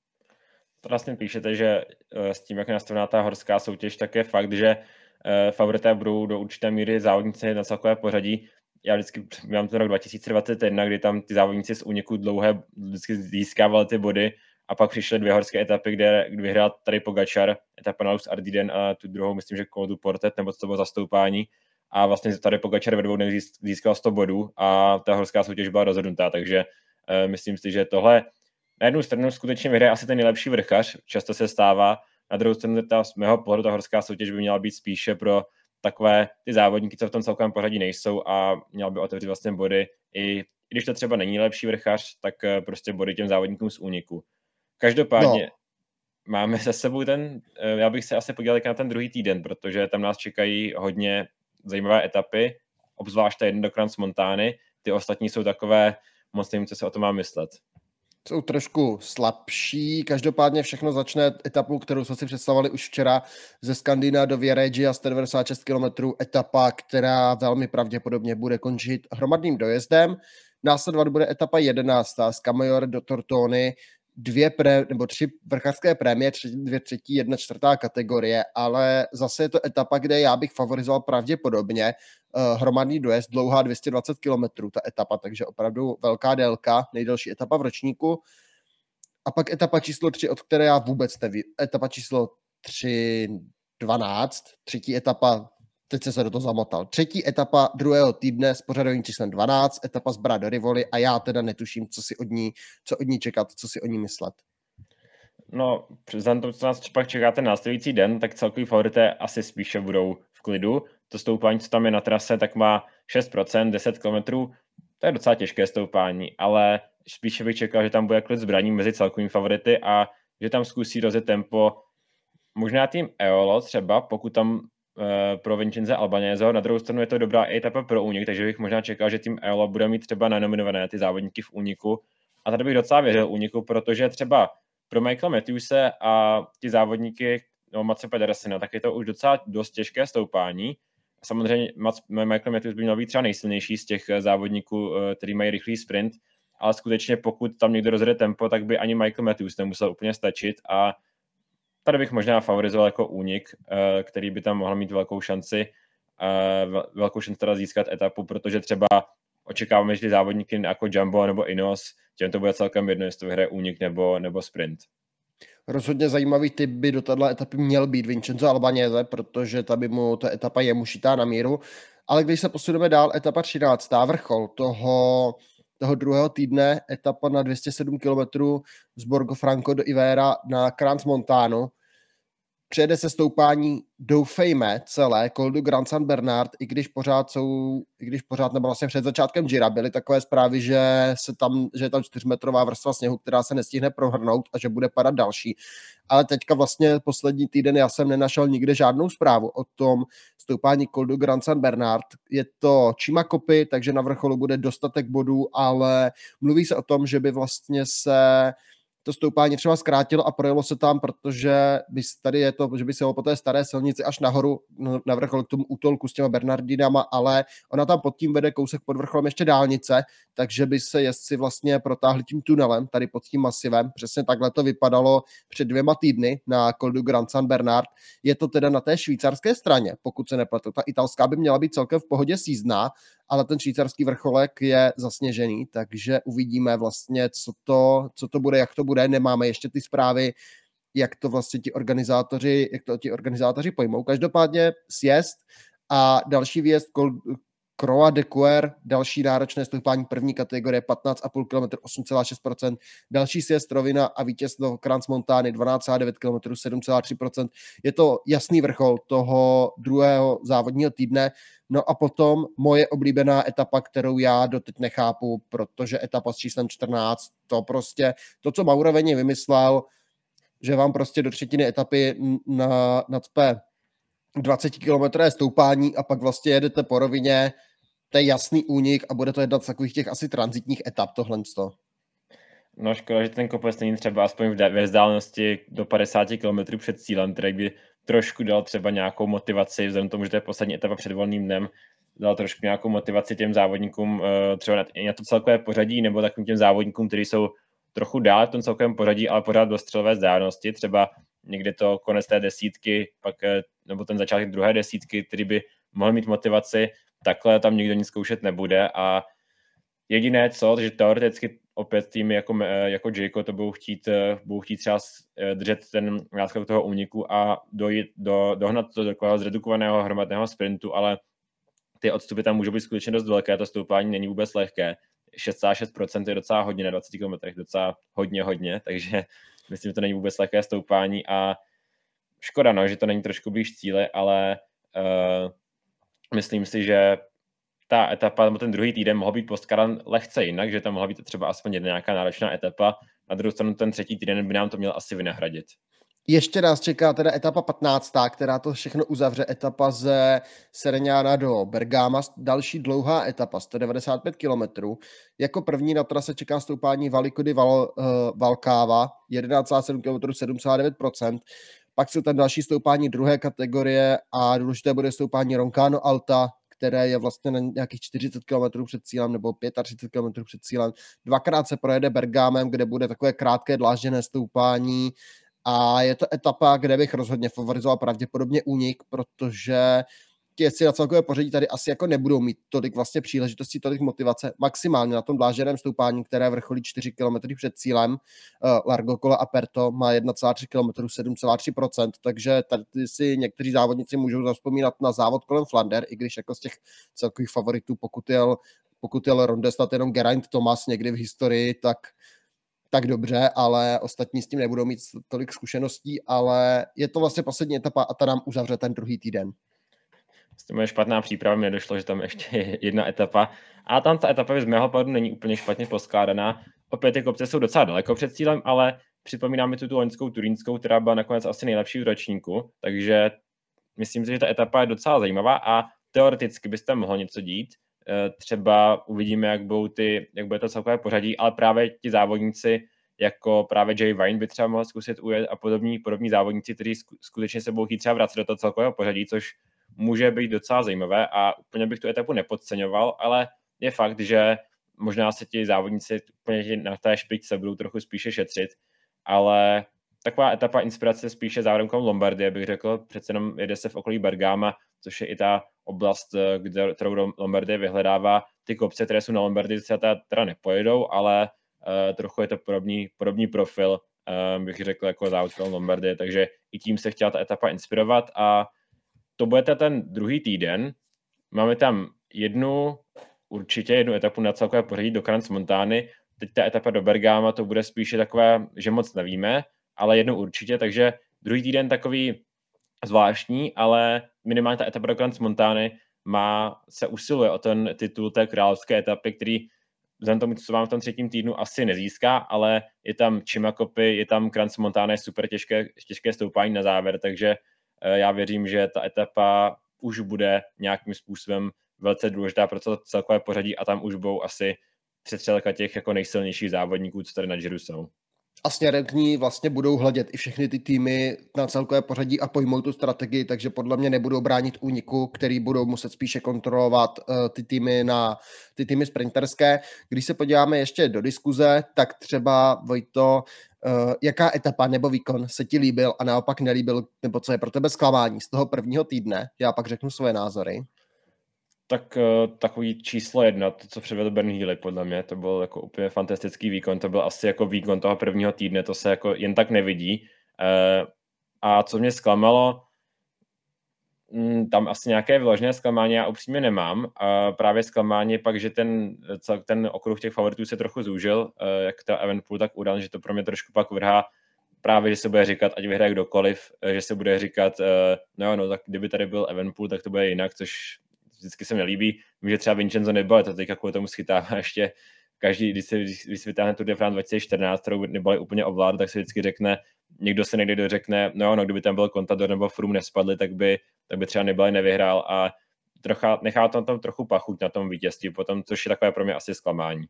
To vlastně píšete, že s tím, jak je nastavená ta horská soutěž, tak je fakt, že favorité budou do určité míry závodníci na celkové pořadí. Já vždycky mám ten rok dva tisíce dvacet jedna, kdy tam ty závodníci z úniku dlouhé vždycky získávali ty body a pak přišly dvě horské etapy, kde vyhrál tady Pogačar, etapa na Luz Ardiden a tu druhou, myslím, že Col du Portet, nebo co to bylo zastoupání. A vlastně tady Pogačar ve dvou dnech získal sto bodů a ta horská soutěž byla rozhodnutá, takže uh, myslím si, že tohle na jednu stranu skutečně vyhraje asi ten nejlepší vrchař, často se stává, na druhou stranu ta, z mého pohledu ta horská soutěž by měla být spíše pro takové ty závodníky, co v tom celkovém pořadí nejsou a měl by otevřít vlastně body, i, i když to třeba není lepší vrchař, tak prostě body těm závodníkům z úniku. Každopádně no. Máme se sebou ten, já bych se asi podíval na ten druhý týden, protože tam nás čekají hodně zajímavé etapy, obzvlášť ta jedna do Crans Montány, ty ostatní jsou takové, moc nevím, co se o tom má myslet. Jsou trošku slabší, každopádně všechno začne etapou, kterou jsme si představovali už včera ze Skandina do Viareggio, sto devadesát šest kilometrů, etapa, která velmi pravděpodobně bude končit hromadným dojezdem. Následovat bude etapa jedenáctá z Camaiore do Tortony, dvě pré, nebo tři vrchařské prémie, tři, dvě třetí, jedna čtvrtá kategorie, ale zase je to etapa, kde já bych favorizoval pravděpodobně uh, hromadný dojezd, dlouhá dvě stě dvacet kilometrů ta etapa, takže opravdu velká délka, nejdelší etapa v ročníku. A pak etapa číslo tři, od které já vůbec nevím, etapa číslo tři dvanáct, třetí etapa, teď jsem se do toho zamotal, třetí etapa druhého týdne s pořadovým číslem dvanáct, etapa z Bra do Rivoli a já teda netuším, co si od ní, co od ní čekat, co si o ní myslet. No, vzhledem tomu, co nás pak čeká ten následující den, tak celkový favorité asi spíše budou v klidu. To stoupání, co tam je na trase, tak má šest procent, deset kilometrů, to je docela těžké stoupání, ale spíše bych čekal, že tam bude klid zbraní mezi celkovými favority a že tam zkusí rozjet tempo možná tým Eolo třeba, pokud tam pro Vincenze Albaneseho. Na druhou stranu je to dobrá etapa pro únik, takže bych možná čekal, že tým Eolo bude mít třeba nanominované ty závodníky v úniku. A tady bych docela věřil úniku, protože třeba pro Michaela Matthewse a ty závodníky, no Matse Pedersena, tak je to už docela dost těžké stoupání. Samozřejmě Michael Matthews by měl být třeba nejsilnější z těch závodníků, který mají rychlý sprint, ale skutečně pokud tam někdo rozjede tempo, tak by ani Michael Matthews nemusel úplně stačit a tady bych možná favorizoval jako únik, který by tam mohl mít velkou šanci, velkou šanci teda získat etapu, protože třeba očekáváme, že ty závodníky jako Jumbo nebo Ineos, těm to bude celkem jedno, jestli to vyhraje únik nebo, nebo sprint. Rozhodně zajímavý typ by do této etapy měl být Vincenzo Albanese, protože ta by mu ta etapa je mu šitá na míru. Ale když se posuneme dál, etapa třináctá vrchol toho, toho druhého týdne, etapa na dvě stě sedm kilometrů z Borgo Franco do Ivera na Crans Montanu. Přijede se stoupání, doufejme, celé Col du Grand Saint Bernard, i když pořád jsou, i když pořád nebo vlastně před začátkem Gira byly takové zprávy, že, se tam, že je tam čtyřmetrová vrstva sněhu, která se nestihne prohrnout a že bude padat další. Ale teďka vlastně poslední týden já jsem nenašel nikde žádnou zprávu o tom stoupání Col du Grand Saint Bernard. Je to Cima Coppi, takže na vrcholu bude dostatek bodů, ale mluví se o tom, že by vlastně se to stoupání třeba zkrátilo a projelo se tam, protože by tady je to, že by se jelo po té staré silnici až nahoru na vrchol k tomu útolku s těma Bernardinama, ale ona tam pod tím vede kousek pod vrcholem ještě dálnice, takže by se jezdci vlastně protáhli tím tunelem tady pod tím masivem. Přesně takhle to vypadalo před dvěma týdny na Col du Grand Saint Bernard. Je to teda na té švýcarské straně, pokud se nepletu. Ta italská by měla být celkem v pohodě sízdná, ale ten švýcarský vrcholek je zasněžený, takže uvidíme vlastně, co to, co to bude, jak to bude. Nemáme ještě ty zprávy, jak to vlastně ti organizátoři, jak to ti organizátoři pojmou. Každopádně sjezd a další výjezd Col, Croix de Cuer, další náročné stoupání první kategorie patnáct celá pět kilometru, osm celá šest procent, další sjezd rovina a vítězstvo Crans Montány dvanáct celá devět kilometru, sedm celá tři procent. Je to jasný vrchol toho druhého závodního týdne. No a potom moje oblíbená etapa, kterou já doteď nechápu, protože etapa s číslem čtrnáct, to prostě, to, co Mauraveni vymyslel, že vám prostě do třetiny etapy na, nacpe dvacetikilometrové stoupání a pak vlastně jedete po rovině, to je jasný únik a bude to jedna z takových těch asi tranzitních etap tohle. No škoda, že ten kopec není třeba aspoň ve vzdálenosti do padesát kilometrů před cílem, který by trošku dal třeba nějakou motivaci, vzhledem k tomu, že to je poslední etapa před volným dnem, dal trošku nějakou motivaci těm závodníkům třeba na, na to celkové pořadí, nebo takovým těm závodníkům, kteří jsou trochu dál v tom celkovém pořadí, ale pořád do střelové vzdálenosti, třeba někde to konec té desítky, pak, nebo ten začátek druhé desítky, který by mohl mít motivaci, takhle tam nikdo nic zkoušet nebude a jediné co, že teoreticky opět týmy jako, jako Jayco to budou chtít, budou chtít třeba držet ten náskok toho úniku a dojít, do, dohnat to do takového zredukovaného hromadného sprintu, ale ty odstupy tam můžou být skutečně dost velké, to stoupání není vůbec lehké. šest celá šest procent je docela hodně na dvaceti kilometrech, docela hodně, hodně, takže myslím, že to není vůbec lehké stoupání a škoda, no, že to není trošku blíž cíle, ale uh, myslím si, že ta etapa, nebo ten druhý týden mohl být postkaran lehce jinak, že tam mohla být třeba aspoň jedna nějaká náročná etapa. Na druhou stranu ten třetí týden by nám to měl asi vynahradit. Ještě nás čeká teda etapa patnáctá, která to všechno uzavře, etapa ze Serignana do Bergama, další dlouhá etapa, sto devadesát pět kilometrů. Jako první na trase čeká stoupání Valle di Val, uh, Valcava, jedenáct celá sedm kilometrů, sedm celá devět procent. Pak jsou tam další stoupání druhé kategorie a důležité bude stoupání Roncano Alta, které je vlastně na nějakých čtyřicet kilometrů před cílem nebo třicet pět kilometrů před cílem. Dvakrát se projede Bergamem, kde bude takové krátké dlážděné stoupání a je to etapa, kde bych rozhodně favorizoval pravděpodobně únik, protože ti jezdci na celkové pořadí tady asi jako nebudou mít tolik vlastně příležitostí, tolik motivace, maximálně na tom dlážděném stoupání, které vrcholí čtyři kilometry před cílem. Uh, Largo Colla Aperto má jedna celá tři kilometru, sedm celá tři procent, takže tady si někteří závodníci můžou zavzpomínat na závod kolem Flander, i když jako z těch celkových favoritů, pokud jel, pokud jel Rondestat jenom Geraint Thomas někdy v historii, tak tak dobře, ale ostatní s tím nebudou mít tolik zkušeností, ale je to vlastně poslední etapa a ta nám uzavře ten druhý týden. S tím je špatná příprava, mě došlo, že tam ještě je jedna etapa. A tam ta etapa z mého pohledu není úplně špatně poskládaná. Opět ty kopce jsou docela daleko před cílem, ale připomíná mi tu tu loňskou turínskou, která byla nakonec asi nejlepší v ročníku, takže myslím si, že ta etapa je docela zajímavá a teoreticky byste mohlo něco dít. Třeba uvidíme, jak, budou ty, jak bude to celkové pořadí, ale právě ti závodníci, jako právě Jay Vine by třeba mohl zkusit ujet a podobní, podobní závodníci, kteří skutečně se budou chtít třeba vracet do toho celkového pořadí, což může být docela zajímavé a úplně bych tu etapu nepodceňoval, ale je fakt, že možná se ti závodníci úplně na té špičce budou trochu spíše šetřit, ale taková etapa inspirace spíše závodem kolem Lombardie, bych řekl, přece jenom jede se v okolí Bergama, což je i ta oblast, kde, kterou Lombardie vyhledává. Ty kopce, které jsou na Lombardii, se teda nepojedou, ale uh, trochu je to podobný, podobný profil, uh, bych řekl, jako závod kolem Lombardie, takže i tím se chtěla ta etapa inspirovat a to bude ten druhý týden. Máme tam jednu, určitě jednu etapu na celkové pořadí do Crans Montány. Teď ta etapa do Bergama, to bude spíše takové, že moc nevíme, ale jednu určitě, takže druhý týden takový zvláštní, ale minimálně ta etapa do Crans Montány má, se usiluje o ten titul té královské etapy, který vzhledem tomu, co vám v tom třetím týdnu asi nezíská, ale je tam Chimakopy, je tam Crans Montány, super těžké, těžké stoupání na závěr, takže já věřím, že ta etapa už bude nějakým způsobem velice důležitá pro to celkové pořadí a tam už budou asi přestřelka těch jako nejsilnějších závodníků, co tady na Giro jsou. A směrem k ní vlastně budou hledět i všechny ty týmy na celkové pořadí a pojmou tu strategii, takže podle mě nebudou bránit úniku, který budou muset spíše kontrolovat uh, ty týmy na ty týmy sprinterské. Když se podíváme ještě do diskuze, tak třeba Vojto, uh, jaká etapa nebo výkon se ti líbil a naopak nelíbil, nebo co je pro tebe zklamání z toho prvního týdne? Já pak řeknu svoje názory. Tak uh, takový číslo jedna, to, co předvedl Ben Healy, podle mě, to byl jako úplně fantastický výkon, to byl asi jako výkon toho prvního týdne, to se jako jen tak nevidí. Uh, a co mě zklamalo, Tam asi nějaké vyložené zklamání já upřímně nemám. A právě zklamání je pak, že ten, ten okruh těch favoritů se trochu zúžil, jak to Evenepoel, tak Uran, že to pro mě trošku pak vrhá právě, že se bude říkat, ať vyhraje kdokoliv, že se bude říkat, no no, tak kdyby tady byl Evenepoel, tak to bude jinak, což vždycky se mi nelíbí. Vím, že třeba Vincenzo Nibali to teďka kvůli tomu schytává ještě každý, když se, když se vytáhne Tour de France dva tisíce čtrnáct, kterou Nibali úplně ovládl, tak se vždycky řekne, někdo se někdy dořekne, no no, kdyby tam byl Contador nebo Froome nespadli, tak by, tak by třeba Nibali nevyhrál a trocha, nechá to tam trochu pachuť na tom vítězství potom, což je takové pro mě asi zklamání.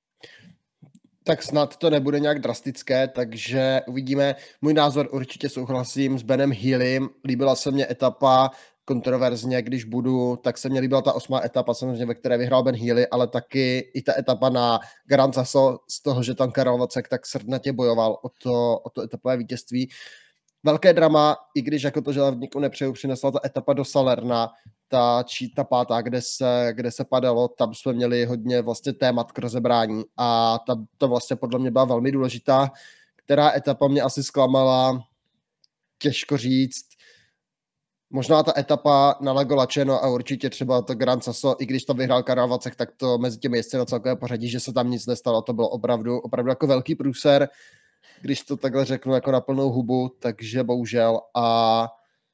Tak snad to nebude nějak drastické, takže uvidíme. Můj názor určitě souhlasím s Benem Healym. Líbila se mně etapa kontroverzně, když budu, tak se mně líbila ta osmá etapa, samozřejmě, ve které vyhrál Ben Healy, ale taky i ta etapa na Gran Sasso, z toho, že tam Karel Vacek tak srdnatě bojoval o to, o to etapové vítězství. Velké drama, i když jako to železníku nepřeju, přinesla ta etapa do Salerna, ta, či, ta pátá, kde se, kde se padalo, tam jsme měli hodně vlastně témat k rozebrání a ta, to vlastně podle mě byla velmi důležitá. Která etapa mě asi zklamala, těžko říct. Možná ta etapa na Lago Laceno a určitě třeba to Gran Sasso, i když tam vyhrál Karel Vacek, tak to mezi těmi jezdci na celkové pořadí, že se tam nic nestalo, to bylo opravdu, opravdu jako velký průser, když to takhle řeknu jako na plnou hubu, takže bohužel. A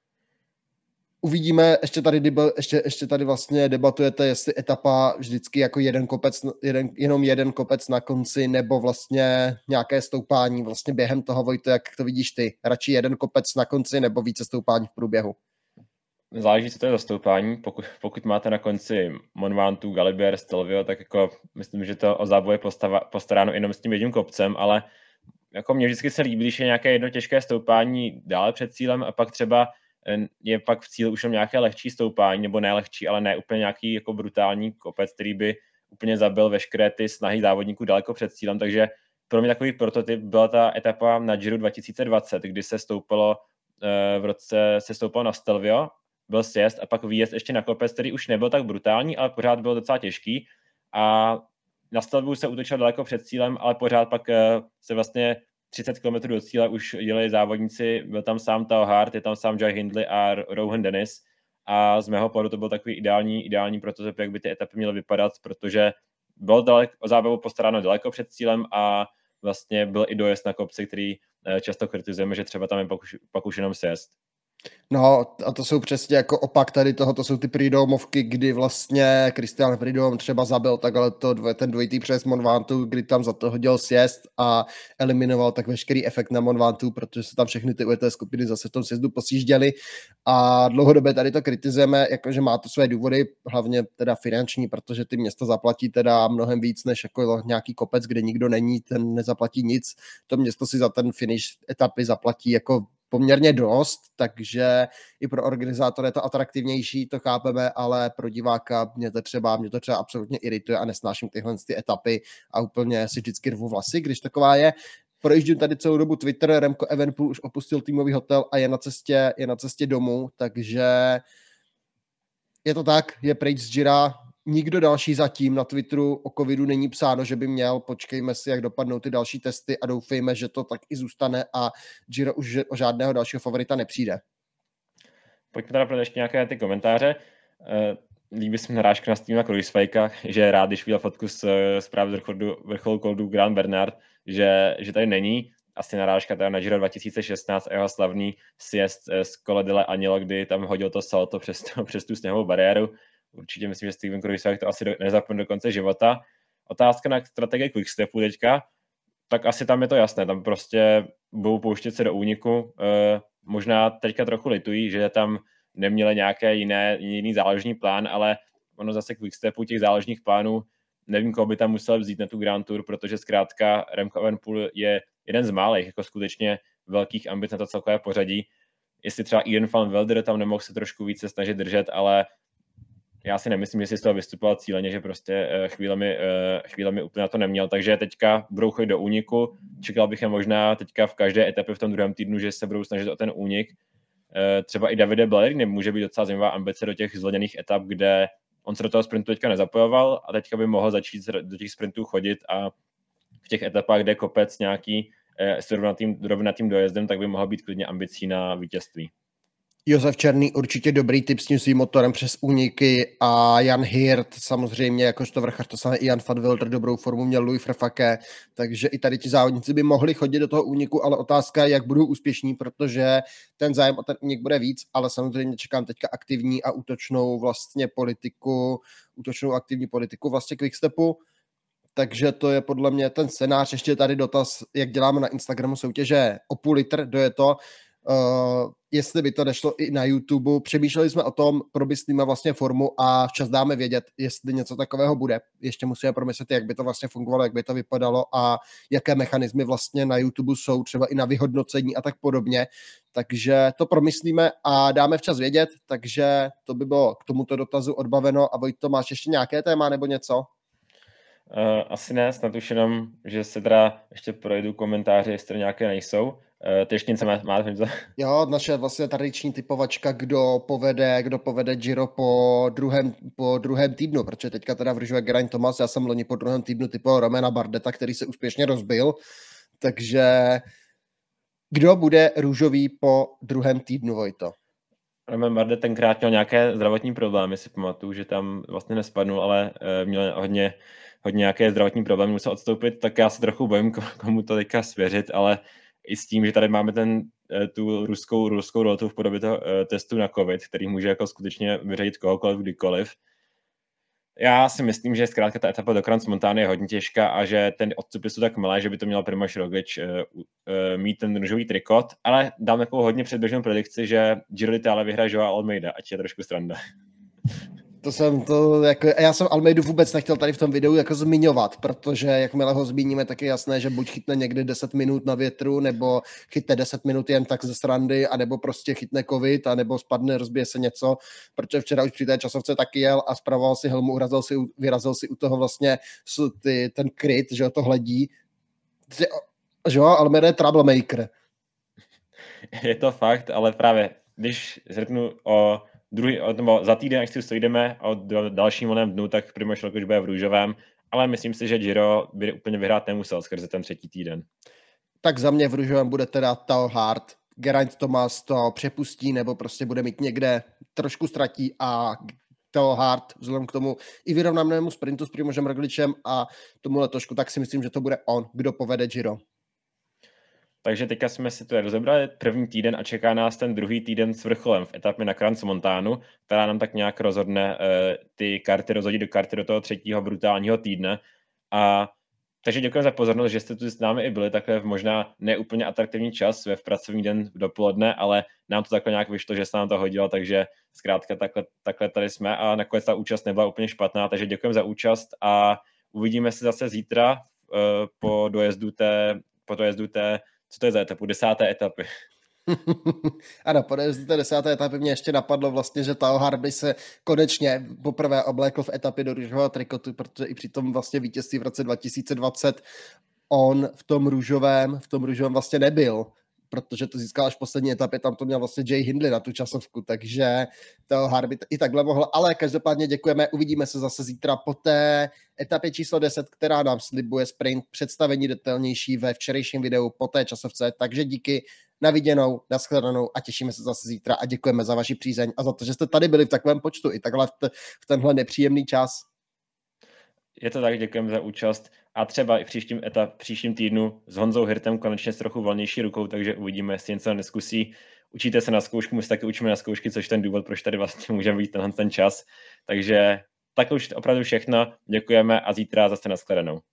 uvidíme, ještě tady, ještě, ještě tady vlastně debatujete, jestli etapa vždycky jako jeden kopec, jeden, jenom jeden kopec na konci, nebo vlastně nějaké stoupání vlastně během toho, Vojto, jak to vidíš ty? Radši jeden kopec na konci, nebo více stoupání v průběhu? Záleží, co to je za stoupání. Pokud, pokud máte na konci Mont Ventoux, Galibier, Stelvio, tak jako myslím, že to o záboj je postaráno jenom s tím jedním kopcem, ale jako mně vždycky se líbí, když je nějaké jedno těžké stoupání dále před cílem a pak třeba je pak v cíli už jenom nějaké lehčí stoupání, nebo ne lehčí, ale ne úplně nějaký jako brutální kopec, který by úplně zabil veškeré ty snahy závodníků daleko před cílem, takže pro mě takový prototyp byla ta etapa na Giro dva tisíce dvacet, kdy se stoupalo v roce, se stoupalo na Stelvio, byl sjezd a pak výjezd ještě na kopec, který už nebyl tak brutální, ale pořád byl docela těžký a na Stelviu se útočil daleko před cílem, ale pořád pak se vlastně třicet kilometrů do cíle už dělali závodníci, byl tam sám Tao Hart, je tam sám Jai Hindley a Rohan Dennis a z mého pohledu to byl takový ideální, ideální prototyp, jak by ty etapy měly vypadat, protože bylo daleko, o zábavu postaráno daleko před cílem a vlastně byl i dojezd na kopci, který často kritizujeme, že třeba tam je pak už, pak už jenom sjezd. No a to jsou přesně jako opak tady toho, to jsou ty Prudhomovky, kdy vlastně Christian Prudhomme třeba zabil takhle to, ten dvojitý přes Mont Ventoux, kdy tam za to hodil sjezd a eliminoval tak veškerý efekt na Mont Ventoux, protože se tam všechny ty U E T skupiny zase v tom sjezdu posížděly a dlouhodobě tady to kritizujeme, jakože má to své důvody, hlavně teda finanční, protože ty města zaplatí teda mnohem víc, než jako nějaký kopec, kde nikdo není, ten nezaplatí nic, to město si za ten finish etapy zaplatí jako poměrně dost, takže i pro organizátory je to atraktivnější, to chápeme, ale pro diváka mě to třeba, mě to třeba absolutně irituje a nesnáším tyhle ty etapy a úplně si vždycky rvu vlasy, když taková je. Projíždím tady celou dobu Twitter, Remco Evenepoel už opustil týmový hotel a je na cestě, je na cestě domů, takže je to tak, je pryč z Gira. Nikdo další zatím na Twitteru o covidu není psáno, že by měl, počkejme si, jak dopadnou ty další testy a doufejme, že to tak i zůstane a Giro už o žádného dalšího favorita nepřijde. Pojďme teda pro ještě nějaké ty komentáře. Líbí se mi narážka na Stevena Kruijswijka, že je rád, když viděl fotku z, z právě vrcholu Col Grand Bernard, že, že tady není. Asi narážka teda na Giro dva tisíce šestnáct a jeho slavný sjezd z Colle delle Agnello, kdy tam hodil to salto přes, to, přes tu sněhovou bariéru. Určitě myslím, že Steven Kruijswijk to asi do, nezapomne do konce života. Otázka na strategii Quickstepu teďka, tak asi tam je to jasné, tam prostě budou pouštět se do úniku. E, možná teďka trochu litují, že tam neměli nějaké jiné, jiný záložní plán, ale ono zase Quickstepu těch záložních plánů, nevím, koho by tam musel vzít na tu Grand Tour, protože zkrátka Remco Evenepoel je jeden z málých, jako skutečně velkých ambic na to celkové pořadí. Jestli třeba Ian van Wilder tam nemohl se trošku více snažit držet, ale já si nemyslím, že si z toho vystupoval cíleně, že prostě chvílemi, chvílemi úplně na to neměl, takže teďka budou chodit do úniku, čekal bych je možná teďka v každé etapě v tom druhém týdnu, že se budou snažit o ten únik. Třeba i Davide Ballerini může být docela zajímavá ambice do těch zvoněných etap, kde on se do toho sprintu teďka nezapojoval a teďka by mohl začít do těch sprintů chodit a v těch etapách, kde je kopec nějaký s rovnatým, rovnatým dojezdem, tak by mohl být klidně ambicí na vítězství. Josef Černý určitě dobrý tip s tím svým motorem přes úniky a Jan Hirt samozřejmě jakožto vrchař, to samé i Jan Fadwilder dobrou formu měl, Louis Verfake, takže i tady ti závodníci by mohli chodit do toho úniku, ale otázka je, jak budou úspěšní, protože ten zájem o ten únik bude víc, ale samozřejmě čekám teďka aktivní a útočnou vlastně politiku, útočnou aktivní politiku vlastně Quickstepu. Takže to je podle mě ten scénář. Ještě tady dotaz, jak děláme na Instagramu soutěže o půl litr, kdo je to, uh, jestli by to nešlo i na YouTube. Přemýšleli jsme o tom, promyslíme vlastně formu a včas dáme vědět, jestli něco takového bude. Ještě musíme promyslet, jak by to vlastně fungovalo, jak by to vypadalo a jaké mechanismy vlastně na YouTube jsou, třeba i na vyhodnocení a tak podobně. Takže to promyslíme a dáme včas vědět, takže to by bylo k tomuto dotazu odbaveno. A Vojto, máš ještě nějaké téma nebo něco? Uh, asi ne, snad už jenom, že se teda ještě projdu komentáře, jestli nějaké nejsou. Uh, ty ještě něco máš? Má, jo, naše vlastně tradiční typovačka, kdo povede, kdo povede Giro po druhém, po druhém týdnu, protože teďka teda vržuje Geraint Thomas, já jsem loni po druhém týdnu typoval Romana Bardeta, který se úspěšně rozbil, takže kdo bude růžový po druhém týdnu, Vojto? Roman Bardet tenkrát měl nějaké zdravotní problémy, si pamatuju, že tam vlastně nespadnul, ale uh, měl hodně hodně nějaké zdravotní problémy, musel odstoupit, tak já se trochu bojím, komu to teďka svěřit, ale i s tím, že tady máme ten, tu ruskou, ruskou roletu v podobě toho testu na covid, který může jako skutečně vyřadit kohokoliv, kdykoliv. Já si myslím, že zkrátka ta etapa do Crans-Montana je hodně těžká a že ten odstupy jsou tak malé, že by to měl Primož Roglič uh, uh, mít ten růžový trikot, ale dám takovou hodně předběžnou predikci, že Giro d'Italia vyhraje Joao Almeida, ať je trošku sranda. To jsem to, jako, já jsem Almeidu vůbec nechtěl tady v tom videu jako zmiňovat, protože jakmile ho zmíníme, tak je jasné, že buď chytne někdy deset minut na větru, nebo chytne deset minut jen tak ze srandy, anebo prostě chytne covid, anebo spadne, rozbije se něco, protože včera už při té časovce taky jel a spravoval si helmu, urazil si, vyrazil si u toho vlastně ty, ten kryt, že to hledí. Že jo, Almeida je troublemaker. Je to fakt, ale právě, když řeknu o druhý, nebo za týden, až si stojídeme a od dalším volném dnu, tak Primož Roglič bude v růžovém, ale myslím si, že Giro by úplně vyhrát nemusel skrze ten třetí týden. Tak za mě v růžovém bude teda Tao Hart. Geraint Thomas to přepustí, nebo prostě bude mít někde, trošku ztratí a Tao Hart, vzhledem k tomu i vyrovnanému sprintu s Primožem Rogličem a tomu letošku, tak si myslím, že to bude on, kdo povede Giro. Takže teďka jsme si to rozebrali první týden a čeká nás ten druhý týden s vrcholem v etapě na Crans-Montánu, která nám tak nějak rozhodne uh, ty karty, rozhodí do karty do toho třetího brutálního týdne. A takže děkuji za pozornost, že jste tu s námi i byli takhle v možná neúplně atraktivní čas ve v pracovní den v dopoledne, ale nám to takhle nějak vyšlo, že se nám to hodilo, takže zkrátka takhle, takhle tady jsme a nakonec ta účast nebyla úplně špatná, takže děkuji za účast a uvidíme se zase zítra uh, po dojezdu té, po dojezdu té co to je za etapu? Desáté etapy. Ano, po té desáté etapy mě ještě napadlo vlastně, že Tao Hart by se konečně poprvé oblékl v etapě do růžového trikotu, protože i při tom vlastně vítězství v roce dva tisíce dvacet on v tom růžovém, v tom růžovém vlastně nebyl, protože to získal až v poslední etapě, tam to měl vlastně Jay Hindley na tu časovku, takže Tao Hart by i takhle mohl, ale každopádně děkujeme, uvidíme se zase zítra po té etapě číslo deset, která nám slibuje sprint, představení detailnější ve včerejším videu po té časovce, takže díky, na viděnou, nashledanou a těšíme se zase zítra a děkujeme za vaši přízeň a za to, že jste tady byli v takovém počtu i takhle v, t- v tenhle nepříjemný čas. Je to tak, děkujeme za účast a třeba i v příštím, etap, příštím týdnu s Honzou Hirtem konečně s trochu volnější rukou, takže uvidíme, jestli něco neskusí. Učíte se na zkoušku, my se taky učíme na zkoušky, což je ten důvod, proč tady vlastně můžeme být tenhle ten čas. Takže tak už opravdu všechno, děkujeme a zítra zase nashledanou.